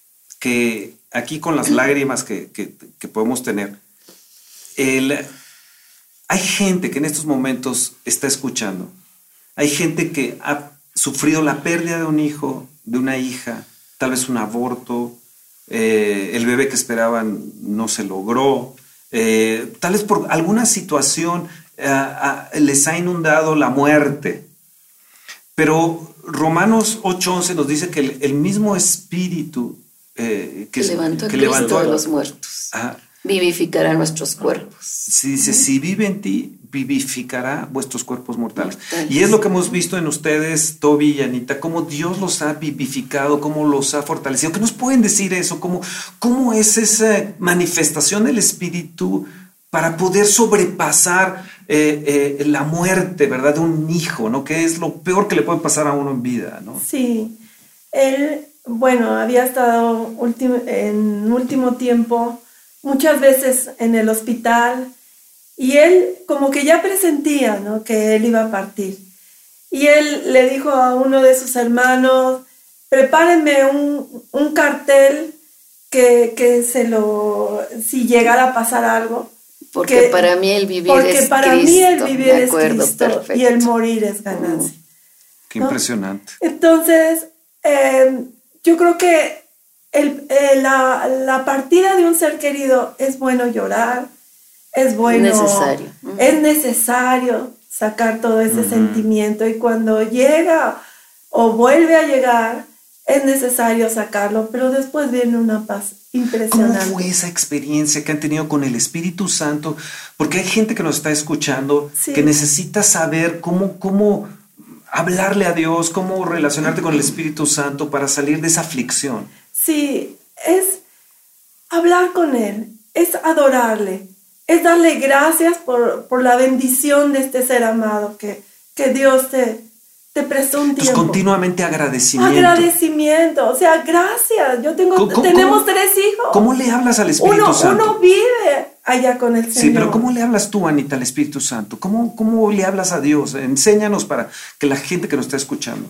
que aquí con las lágrimas que, que, que podemos tener, el, hay gente que en estos momentos está escuchando, hay gente que ha sufrido la pérdida de un hijo, de una hija, tal vez un aborto, eh, el bebé que esperaban no se logró, eh, tal vez por alguna situación eh, eh, les ha inundado la muerte. Pero Romanos ocho once nos dice que el, el mismo Espíritu eh, que, que levantó, que a, levantó a los muertos, ajá, vivificará nuestros cuerpos. Sí, dice, si vive en ti, vivificará vuestros cuerpos mortales. mortales. Y es lo que hemos visto en ustedes, Toby y Anita, cómo Dios los ha vivificado, cómo los ha fortalecido. ¿Qué nos pueden decir eso? ¿Cómo, cómo es esa manifestación del Espíritu para poder sobrepasar eh, eh, la muerte, ¿verdad?, de un hijo, ¿no? Que es lo peor que le puede pasar a uno en vida, ¿no? Sí. Él, bueno, había estado ultim- en último tiempo muchas veces en el hospital, y él como que ya presentía, ¿no?, que él iba a partir. Y él le dijo a uno de sus hermanos, prepárenme un, un cartel que, que se lo, si llegara a pasar algo. Porque que, para mí el vivir porque es para Cristo. mí el vivir de acuerdo, es Cristo, perfecto. Y el morir es ganancia. Qué ¿no? impresionante. Entonces, eh, yo creo que el, eh, la, la partida de un ser querido es bueno llorar, es bueno, necesario. Uh-huh. es necesario sacar todo ese uh-huh. sentimiento, y cuando llega o vuelve a llegar, es necesario sacarlo, pero después viene una paz impresionante. ¿Cómo fue esa experiencia que han tenido con el Espíritu Santo? Porque hay gente que nos está escuchando, sí, que necesita saber cómo, cómo hablarle a Dios, cómo relacionarte con el Espíritu Santo para salir de esa aflicción. Sí, es hablar con Él, es adorarle, es darle gracias por, por la bendición de este ser amado que, que Dios te, te prestó un tiempo. Entonces, continuamente agradecimiento. Agradecimiento, o sea, gracias. Yo tengo, ¿Cómo, tenemos cómo, tres hijos. ¿Cómo le hablas al Espíritu uno, Santo? Uno vive allá con el Señor. Sí, pero ¿cómo le hablas tú, Anita, al Espíritu Santo? ¿Cómo, cómo le hablas a Dios? Enséñanos para que la gente que nos está escuchando.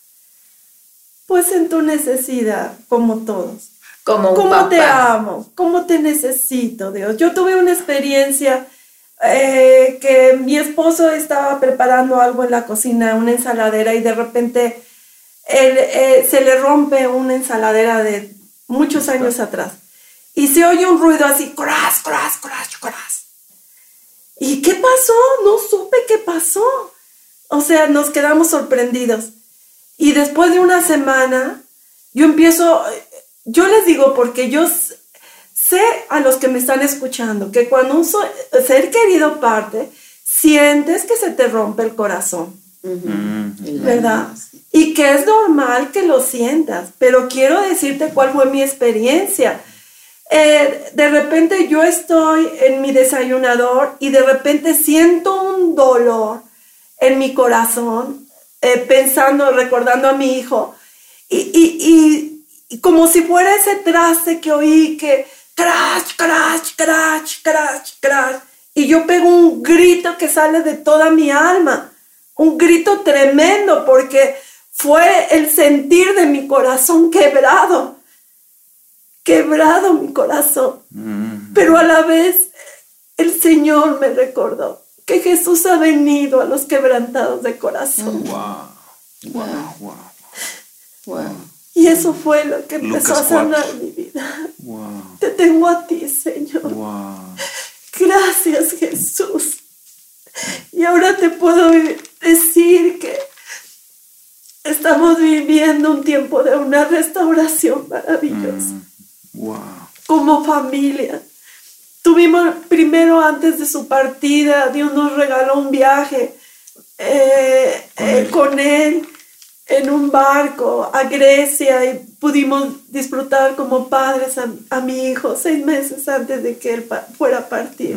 Pues en tu necesidad, como todos. Como un ¿Cómo papá. te amo? ¿Cómo te necesito, Dios? Yo tuve una experiencia eh, que mi esposo estaba preparando algo en la cocina, una ensaladera, y de repente él, eh, se le rompe una ensaladera de muchos años atrás. Y se oye un ruido así, crash, crash, crash, crash. ¿Y qué pasó? No supe qué pasó. O sea, nos quedamos sorprendidos. Y después de una semana, yo empiezo... Yo les digo porque yo sé a los que me están escuchando que cuando un so- ser querido parte, sientes que se te rompe el corazón, uh-huh. ¿verdad? Y que es normal que lo sientas, pero quiero decirte cuál fue mi experiencia. Eh, de repente yo estoy en mi desayunador y de repente siento un dolor en mi corazón, eh, pensando, recordando a mi hijo, y... y, y Y como si fuera ese traste que oí que crash, crash, crash, crash, crash. Y yo pego un grito que sale de toda mi alma. Un grito tremendo porque fue el sentir de mi corazón quebrado. Quebrado mi corazón. Mm. Pero a la vez el Señor me recordó que Jesús ha venido a los quebrantados de corazón. Wow, wow, wow. Wow. Y eso fue lo que empezó Lucas a sanar mi vida. Wow. Te tengo a ti, Señor. Wow. Gracias, Jesús. Y ahora te puedo decir que estamos viviendo un tiempo de una restauración maravillosa. Mm. Wow. Como familia. Tuvimos primero, antes de su partida, Dios nos regaló un viaje eh, con, eh, él. con él. en un barco a Grecia, y pudimos disfrutar como padres a, a mi hijo seis meses antes de que él pa- fuera a partir.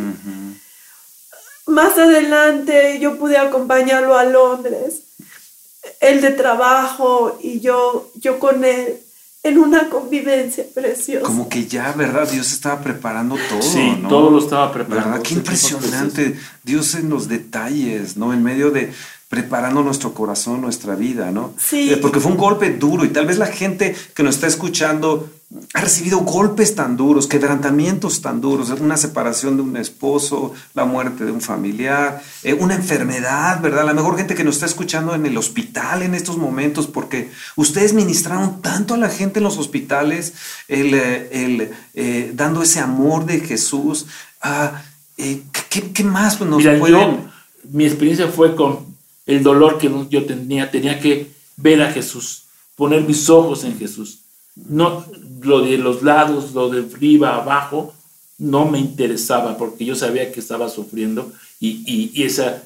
Uh-huh. Más adelante yo pude acompañarlo a Londres, él de trabajo y yo, yo con él, en una convivencia preciosa. Como que ya, ¿verdad? Dios estaba preparando todo, sí, ¿no? todo lo estaba preparando. ¿Verdad? Qué impresionante. Dios en los detalles, ¿no? En medio de... preparando nuestro corazón, nuestra vida, ¿no? Sí. Eh, porque fue un golpe duro y tal vez la gente que nos está escuchando ha recibido golpes tan duros, quebrantamientos tan duros, una separación de un esposo, la muerte de un familiar, eh, una enfermedad, ¿verdad? La mejor gente que nos está escuchando en el hospital en estos momentos, porque ustedes ministraron tanto a la gente en los hospitales, el, el, eh, dando ese amor de Jesús. Ah, eh, ¿qué, ¿Qué más nos Mira, pueden...? yo, mi experiencia fue con el dolor que yo tenía, tenía que ver a Jesús, poner mis ojos en Jesús. No, lo de los lados, lo de arriba, abajo, no me interesaba porque yo sabía que estaba sufriendo y, y, y esa,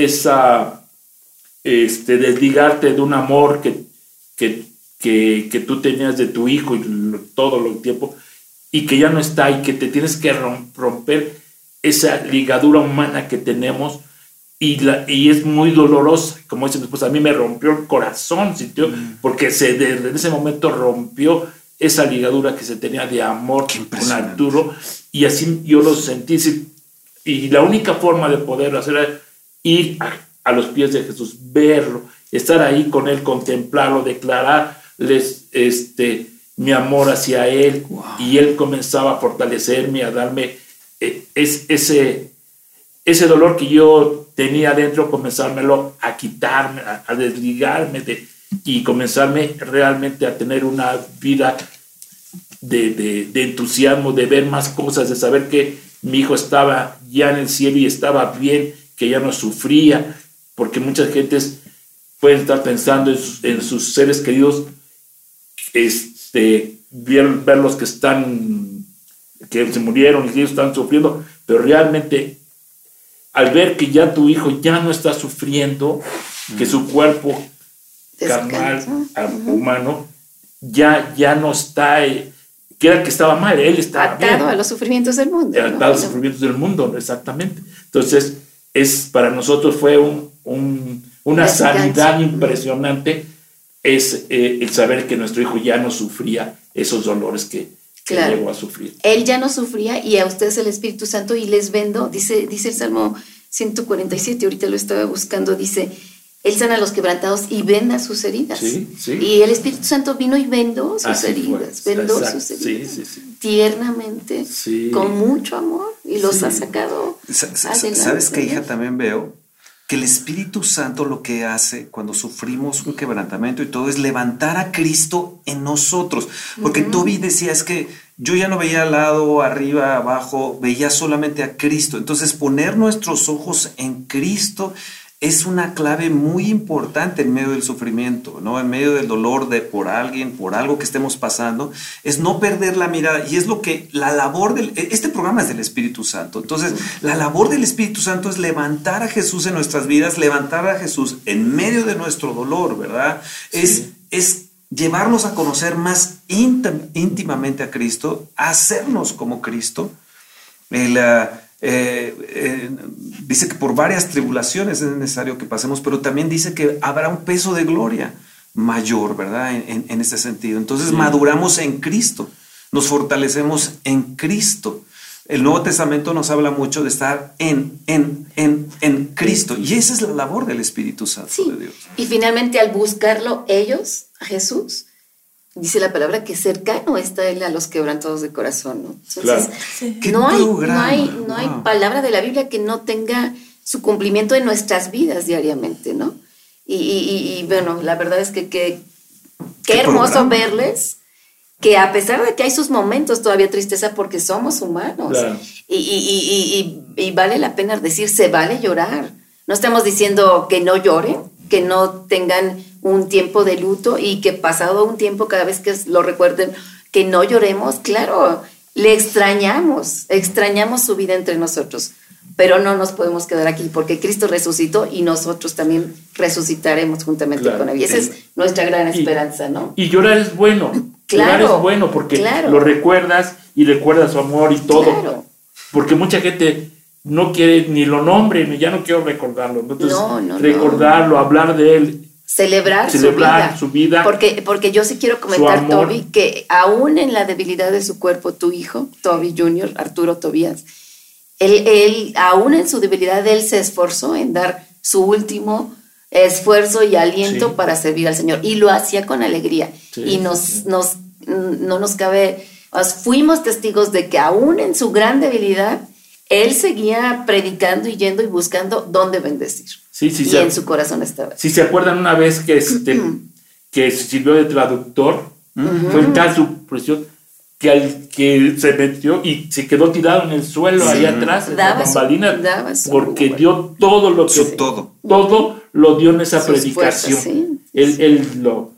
esa este, desligarte de un amor que, que, que, que tú tenías de tu hijo y lo, todo el tiempo y que ya no está y que te tienes que romper esa ligadura humana que tenemos. Y, la, y es muy dolorosa, como dicen después, a mí me rompió el corazón, sintió, mm. porque se, desde ese momento rompió esa ligadura que se tenía de amor con Arturo, y así yo lo sentí, y la única forma de poderlo hacer era ir a, a los pies de Jesús, verlo, estar ahí con él, contemplarlo, declararles este, mi amor hacia él, wow. Y él comenzaba a fortalecerme, a darme eh, es, ese, ese dolor que yo tenía adentro, comenzármelo a quitarme, a, a desligarme de, y comenzarme realmente a tener una vida de, de, de entusiasmo, de ver más cosas, de saber que mi hijo estaba ya en el cielo y estaba bien, que ya no sufría, porque muchas gentes pueden estar pensando en sus, en sus seres queridos este, ver, ver los que están, que se murieron y que ellos están sufriendo, pero realmente al ver que ya tu hijo ya no está sufriendo, mm. que su cuerpo carnal, uh-huh. humano, ya, ya no está, eh, que era que estaba mal, él estaba atado bien. a los sufrimientos del mundo. Atado ¿no? a los sufrimientos del mundo, exactamente. Entonces, es, para nosotros fue un, un, una Descanso. sanidad impresionante, es eh, el saber que nuestro hijo ya no sufría esos dolores que, que claro. llegó a sufrir. Él ya no sufría y a ustedes el Espíritu Santo y les vendo, dice, dice el Salmo ciento cuarenta y siete, ahorita lo estaba buscando, dice, Él sana a los quebrantados y venda sus heridas. Sí, sí. Y el Espíritu Santo vino y vendó sus Así heridas, fue. vendó Exacto. sus heridas sí, sí, sí. tiernamente, sí. con mucho amor y los sí. ha sacado adelante. ¿Sabes qué, hija? También veo que el Espíritu Santo lo que hace cuando sufrimos un quebrantamiento y todo es levantar a Cristo en nosotros. Porque uh-huh. Toby decía, es que yo ya no veía al lado, arriba, abajo, veía solamente a Cristo. Entonces poner nuestros ojos en Cristo es una clave muy importante en medio del sufrimiento, ¿no? En medio del dolor de por alguien, por algo que estemos pasando, es no perder la mirada. Y es lo que la labor del... Este programa es del Espíritu Santo. Entonces, la labor del Espíritu Santo es levantar a Jesús en nuestras vidas, levantar a Jesús en medio de nuestro dolor, ¿verdad? Sí. Es, es llevarnos a conocer más íntim- íntimamente a Cristo, hacernos como Cristo. El... Uh, Eh, eh, dice que por varias tribulaciones es necesario que pasemos, pero también dice que habrá un peso de gloria mayor, ¿verdad? En, en, en este sentido. Entonces sí. maduramos en Cristo, nos fortalecemos en Cristo. El Nuevo Testamento nos habla mucho de estar en, en, en, en Cristo, y esa es la labor del Espíritu Santo sí. de Dios. Y finalmente, al buscarlo ellos, a Jesús, dice la palabra que cercano está Él a los quebrantados de corazón, ¿no? Entonces, claro. sí. no, hay, no, hay, no wow. hay palabra de la Biblia que no tenga su cumplimiento en nuestras vidas diariamente, ¿no? Y, y, y bueno, la verdad es que qué hermoso programa? verles, que a pesar de que hay sus momentos todavía tristeza porque somos humanos, claro. y, y, y, y, y vale la pena decir, se vale llorar. No estamos diciendo que no lloren, que no tengan un tiempo de luto y que pasado un tiempo, cada vez que lo recuerden, que no lloremos. Claro, le extrañamos, extrañamos su vida entre nosotros, pero no nos podemos quedar aquí porque Cristo resucitó y nosotros también resucitaremos juntamente claro. con Él. Y esa es nuestra gran esperanza, ¿no? Y, y llorar es bueno, claro, llorar es bueno porque claro. lo recuerdas y recuerdas su amor y todo, claro. porque mucha gente no quiere ni lo nombre, ni ya no quiero recordarlo. Entonces, no, no, recordarlo, no. hablar de él. Celebrar, celebrar su, vida. su vida. Porque, porque yo sí quiero comentar, Toby, que aún en la debilidad de su cuerpo, tu hijo, Toby junior, Arturo Tobías, él, él, aún en su debilidad, él se esforzó en dar su último esfuerzo y aliento sí. para servir al Señor. Y lo hacía con alegría. Sí, y nos, sí. nos, no nos cabe... Fuimos testigos de que aún en su gran debilidad, él seguía predicando y yendo y buscando dónde bendecir. Sí, sí, y se, en su corazón estaba. Si se acuerdan una vez que, este, que sirvió de traductor, uh-huh. fue tal su presión que, al, que se metió y se quedó tirado en el suelo sí. ahí atrás, daba en la bambalina, su, porque dio todo lo que... Su todo. Todo lo dio en esa Sus predicación. Fuerzas, sí. Él, él lo...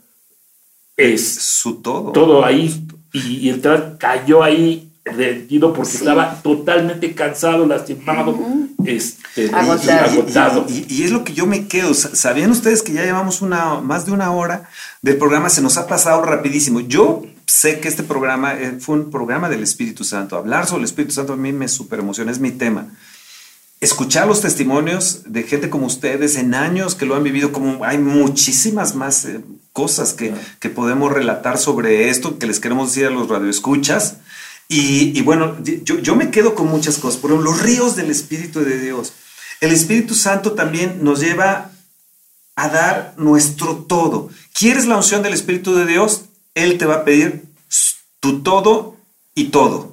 Es su todo. Todo ahí. Y, y el tal cayó ahí rendido porque sí. estaba totalmente cansado, lastimado, uh-huh. este, agotado. agotado. Y, y, y es lo que yo me quedo. ¿Sabían ustedes que ya llevamos una, más de una hora del programa? Se nos ha pasado rapidísimo. Yo sé que este programa fue un programa del Espíritu Santo. Hablar sobre el Espíritu Santo a mí me súper emociona, es mi tema. Escuchar los testimonios de gente como ustedes en años que lo han vivido, como hay muchísimas más eh, cosas que, que podemos relatar sobre esto, que les queremos decir a los radioescuchas. Y, y bueno, yo, yo me quedo con muchas cosas. Por ejemplo, los ríos del Espíritu de Dios. El Espíritu Santo también nos lleva a dar nuestro todo. ¿Quieres la unción del Espíritu de Dios? Él te va a pedir tu todo y todo.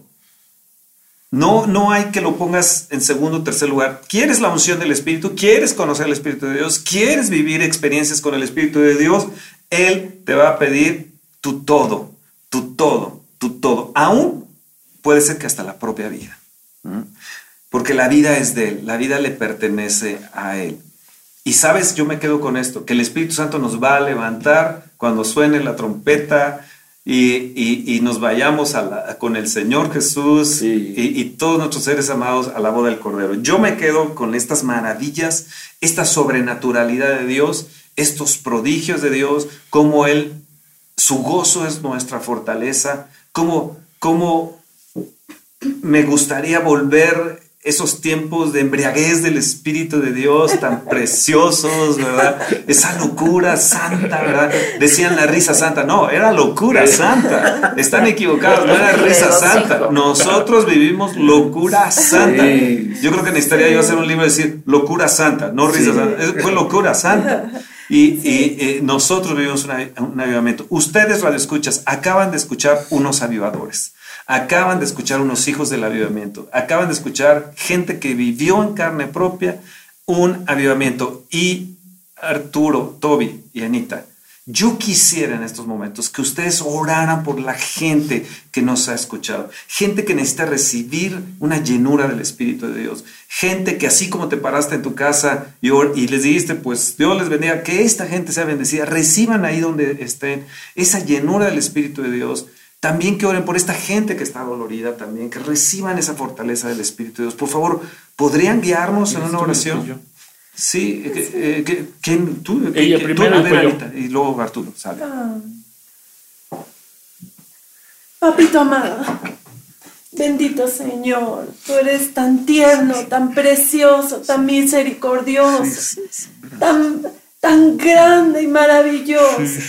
No, no hay que lo pongas en segundo o tercer lugar. ¿Quieres la unción del Espíritu? ¿Quieres conocer el Espíritu de Dios? ¿Quieres vivir experiencias con el Espíritu de Dios? Él te va a pedir tu todo, tu todo, tu todo. Aún puede ser que hasta la propia vida. ¿Mm? Porque la vida es de Él, la vida le pertenece a Él. Y sabes, yo me quedo con esto, que el Espíritu Santo nos va a levantar cuando suene la trompeta y, y, y nos vayamos a la, con el Señor Jesús sí. y, y todos nuestros seres amados a la boda del Cordero. Yo me quedo con estas maravillas, esta sobrenaturalidad de Dios, estos prodigios de Dios, como Él, su gozo es nuestra fortaleza, como, como me gustaría volver esos tiempos de embriaguez del Espíritu de Dios tan preciosos, ¿verdad? Esa locura santa, ¿verdad? Decían la risa santa. No, era locura santa. Están equivocados, no era risa santa. Nosotros vivimos locura santa. Yo creo que necesitaría yo hacer un libro y decir locura santa, no risa santa. Fue locura santa. Y, y eh, nosotros vivimos una, un avivamiento. Ustedes, radioescuchas, acaban de escuchar unos avivadores. Acaban de escuchar unos hijos del avivamiento. Acaban de escuchar gente que vivió en carne propia un avivamiento. Y Arturo, Toby y Anita, yo quisiera en estos momentos que ustedes oraran por la gente que nos ha escuchado. Gente que necesita recibir una llenura del Espíritu de Dios. Gente que así como te paraste en tu casa y, y les dijiste, pues Dios les bendiga, que esta gente sea bendecida. Reciban ahí donde estén esa llenura del Espíritu de Dios. También que oren por esta gente que está dolorida también, que reciban esa fortaleza del Espíritu de Dios. Por favor, ¿podrían guiarnos en una oración? Sí, eh, eh, ¿quién? Tú, Ella tú, primero, tú, Anita, y luego Arturo, sale. Ah. Papito amado, bendito Señor, tú eres tan tierno, tan precioso, tan misericordioso, sí, sí, sí, tan, tan grande y maravilloso. Sí,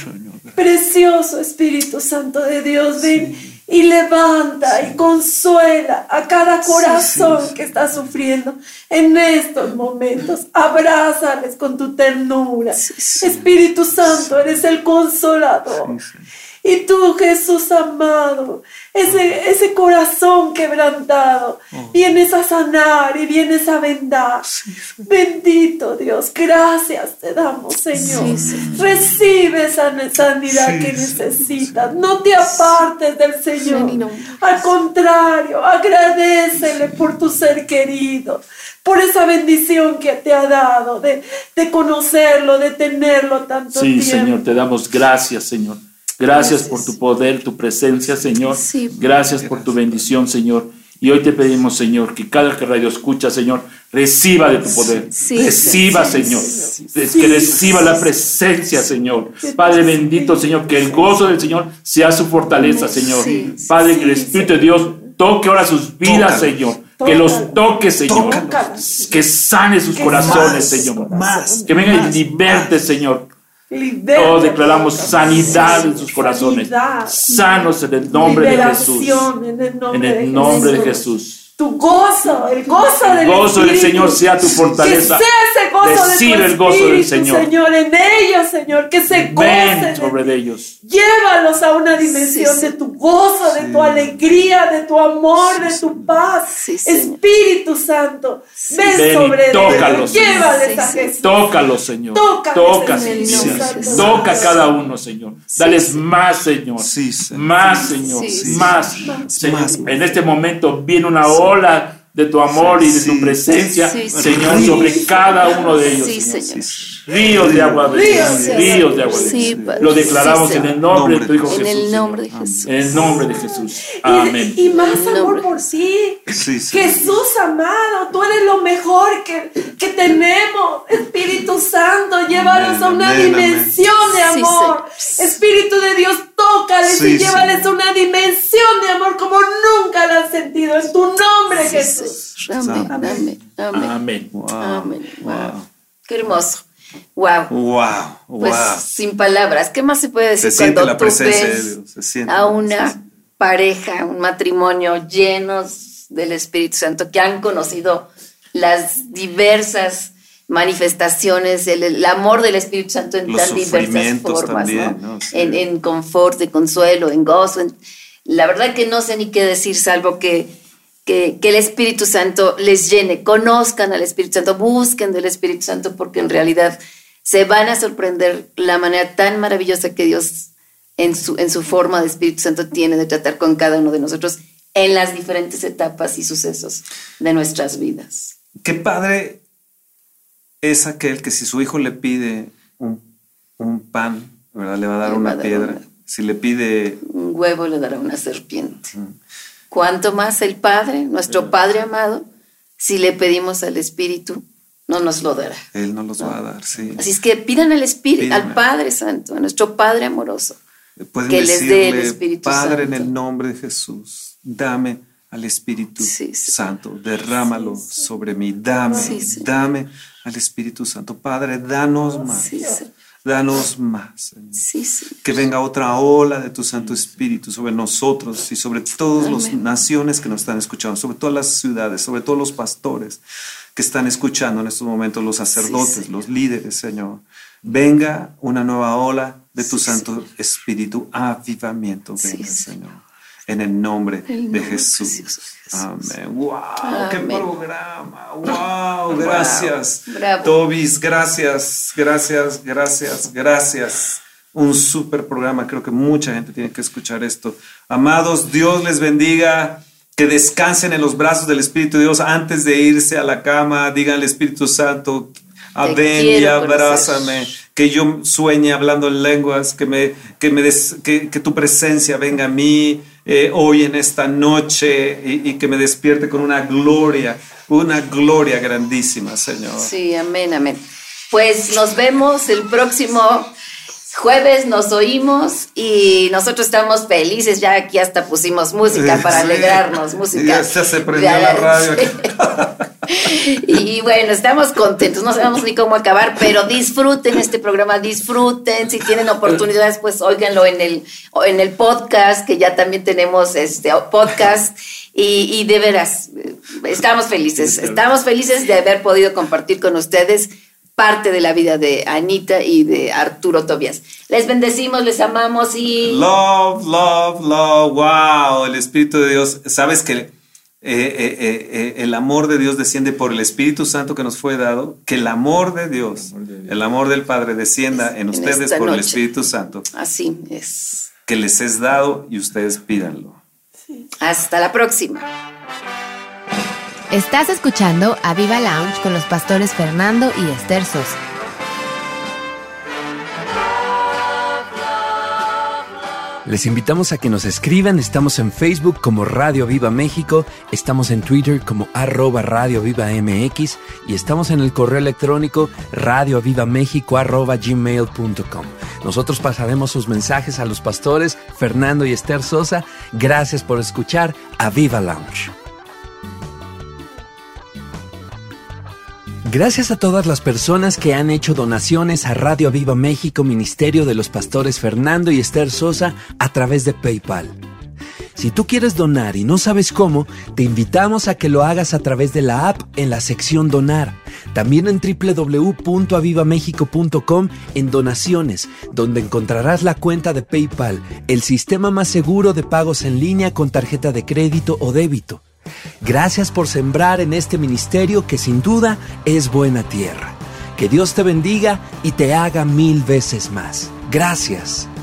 precioso Espíritu Santo de Dios, ven sí. y levanta y consuela a cada corazón sí, sí, sí. que está sufriendo en estos momentos. Abrázales con tu ternura. Sí, sí. Espíritu Santo, eres el consolador. Sí, sí. Y tú, Jesús amado, ese, ese corazón quebrantado, oh. vienes a sanar y vienes a vendar. Sí, sí. Bendito Dios, gracias te damos, Señor. Sí, sí. Recibe esa sanidad sí, que necesitas. No te apartes del Señor. Sí, Al contrario, agradécele por tu ser querido, por esa bendición que te ha dado de, de conocerlo, de tenerlo tanto sí, tiempo. Sí, Señor, te damos gracias, Señor. Gracias, Gracias por tu poder, tu presencia, Señor. Sí, Gracias por tu bendición, Señor. Y hoy te pedimos, Señor, que cada que radio escucha, Señor, reciba de tu poder. Sí, reciba, sí, Señor. Sí, sí, que reciba sí, la presencia, Señor. Padre bendito, Señor, que el gozo del Señor sea su fortaleza, Señor. Sí, Padre, que el Espíritu de Dios toque ahora sus vidas, Tócalo. Señor. Tócalo. Que los toque, Señor. Tócalo. Que sane sus que corazones, más, Señor. Más, que venga y liberte, Señor. Todos declaramos sanidad en sus corazones. Sanos en el nombre de Jesús. En el nombre, en el de, nombre Jesús. de Jesús. Tu gozo, el gozo del El gozo del Espíritu. Señor sea tu fortaleza. Que sea ese gozo Recibe de tu el gozo Espíritu, del Señor. Señor, en ellos, Señor, que se Ven gocen sobre de ellos. Llévalos a una dimensión sí, sí. de tu gozo, de sí. tu alegría, de tu amor, sí, de tu paz. Sí, Espíritu Santo, sí. ven, ven sobre ellos. Llévales sí, a Jesús. Sí. Tócalos, Señor. Tócalos, Toca, Señor. Sí. Toca a cada uno, Señor. Sí, Dales sí. más, Señor. Sí, sí. Más, Señor. Sí, más. Sí. Señor. Más. En este momento viene una ola de tu amor sí, y de tu presencia, sí, sí, Señor, sí, sobre sí, cada uno de ellos, sí, Señor. Señor. Ríos de agua bendita, ríos, ríos de agua bendita. Sí, lo declaramos sí, en el nombre de tu Hijo Jesús. En el nombre de Jesús. En el nombre de Jesús. Amén. Y, y más amor por ti. Sí, sí. Jesús amado, tú eres lo mejor que, que tenemos. Espíritu Santo, llévalos amén, a una amén, dimensión amén. de amor. Sí, Espíritu de Dios, tócales sí, y llévales sí. a una dimensión de amor como nunca la han sentido. En tu nombre, sí, Jesús. Sí. Amén, amén, amén. Amén. Wow. Amén. Wow. Qué hermoso. Wow. Wow. Wow. Pues sin palabras, ¿qué más se puede decir se cuando la tú presencia ves de Dios. Se siente a una pareja, un matrimonio llenos del Espíritu Santo que han conocido las diversas manifestaciones, el, el amor del Espíritu Santo en Los tan diversas formas, también, ¿no? ¿no? Sí. En, en confort, en consuelo, en gozo. En, la verdad que no sé ni qué decir, salvo que Que, que el Espíritu Santo les llene, conozcan al Espíritu Santo, busquen del Espíritu Santo, porque en realidad se van a sorprender la manera tan maravillosa que Dios en su, en su forma de Espíritu Santo tiene de tratar con cada uno de nosotros en las diferentes etapas y sucesos de nuestras vidas. Qué padre es aquel que si su hijo le pide un, un pan, ¿verdad? Le va a dar, una, va a dar piedra. una piedra. Si le pide un huevo, le dará una serpiente. Mm. Cuanto más el Padre, nuestro sí. Padre amado, si le pedimos al Espíritu, no nos lo dará. Él no los ¿no? va a dar, sí. Así es que pidan al Espíritu, Pídame. al Padre Santo, a nuestro Padre amoroso, Pueden que les dé el decirle, Espíritu Padre, Santo. en el nombre de Jesús, dame al Espíritu sí, sí. Santo, derrámalo sí, sí. sobre mí, dame, sí, sí. dame al Espíritu Santo. Padre, danos más, sí, sí. danos más. Sí, sí. Que venga otra ola de tu Santo Espíritu sobre nosotros y sobre todas las naciones que nos están escuchando, sobre todas las ciudades, sobre todos los pastores que están escuchando en estos momentos, los sacerdotes, sí, los líderes, Señor. Venga una nueva ola de tu sí, Santo sí. Espíritu, avivamiento, venga, sí, Señor. En el nombre el de Jesús. Jesús. Amén. ¡Wow! Amén. ¡Qué programa! ¡Wow! Gracias. Bravo. Tobis, gracias, gracias, gracias, gracias. Un súper programa. Creo que mucha gente tiene que escuchar esto. Amados, Dios les bendiga. Que descansen en los brazos del Espíritu de Dios antes de irse a la cama. Digan al Espíritu Santo, ven y abrázame. Que yo sueñe hablando en lenguas. Que, me, que, me des, que, que tu presencia venga a mí eh, hoy en esta noche y, y que me despierte con una gloria, una gloria grandísima, Señor. Sí, amén, amén. Pues nos vemos el próximo jueves, nos oímos y nosotros estamos felices. Ya aquí hasta pusimos música para sí. alegrarnos, música. Ya se prendió la radio. Y bueno, estamos contentos, no sabemos ni cómo acabar, pero disfruten este programa, disfruten, si tienen oportunidades, pues óiganlo en el, en el podcast, que ya también tenemos este podcast, y, y de veras, estamos felices, estamos felices de haber podido compartir con ustedes parte de la vida de Anita y de Arturo Tobías. Les bendecimos, les amamos y... Love, love, love, wow, el Espíritu de Dios, ¿sabes qué? Eh, eh, eh, eh, el amor de Dios desciende por el Espíritu Santo que nos fue dado, que el amor de Dios, el amor, de Dios. El amor del Padre descienda en, en ustedes por noche. El Espíritu Santo. Así es. Que les es dado y ustedes pídanlo. Sí. Hasta la próxima. Estás escuchando a Viva Lounge con los pastores Fernando y Esther Sosa. Les invitamos a que nos escriban. Estamos en Facebook como Radio Viva México, estamos en Twitter como arroba Radio Viva M X y estamos en el correo electrónico radiovivamexico arroba gmail punto com. Nosotros pasaremos sus mensajes a los pastores Fernando y Esther Sosa. Gracias por escuchar a Viva Lounge. Gracias a todas las personas que han hecho donaciones a Radio Viva México, Ministerio de los Pastores Fernando y Esther Sosa, a través de PayPal. Si tú quieres donar y no sabes cómo, te invitamos a que lo hagas a través de la app en la sección Donar. También en doble u doble u doble u punto aviva mexico punto com en Donaciones, donde encontrarás la cuenta de PayPal, el sistema más seguro de pagos en línea con tarjeta de crédito o débito. Gracias por sembrar en este ministerio que sin duda es buena tierra. Que Dios te bendiga y te haga mil veces más. Gracias.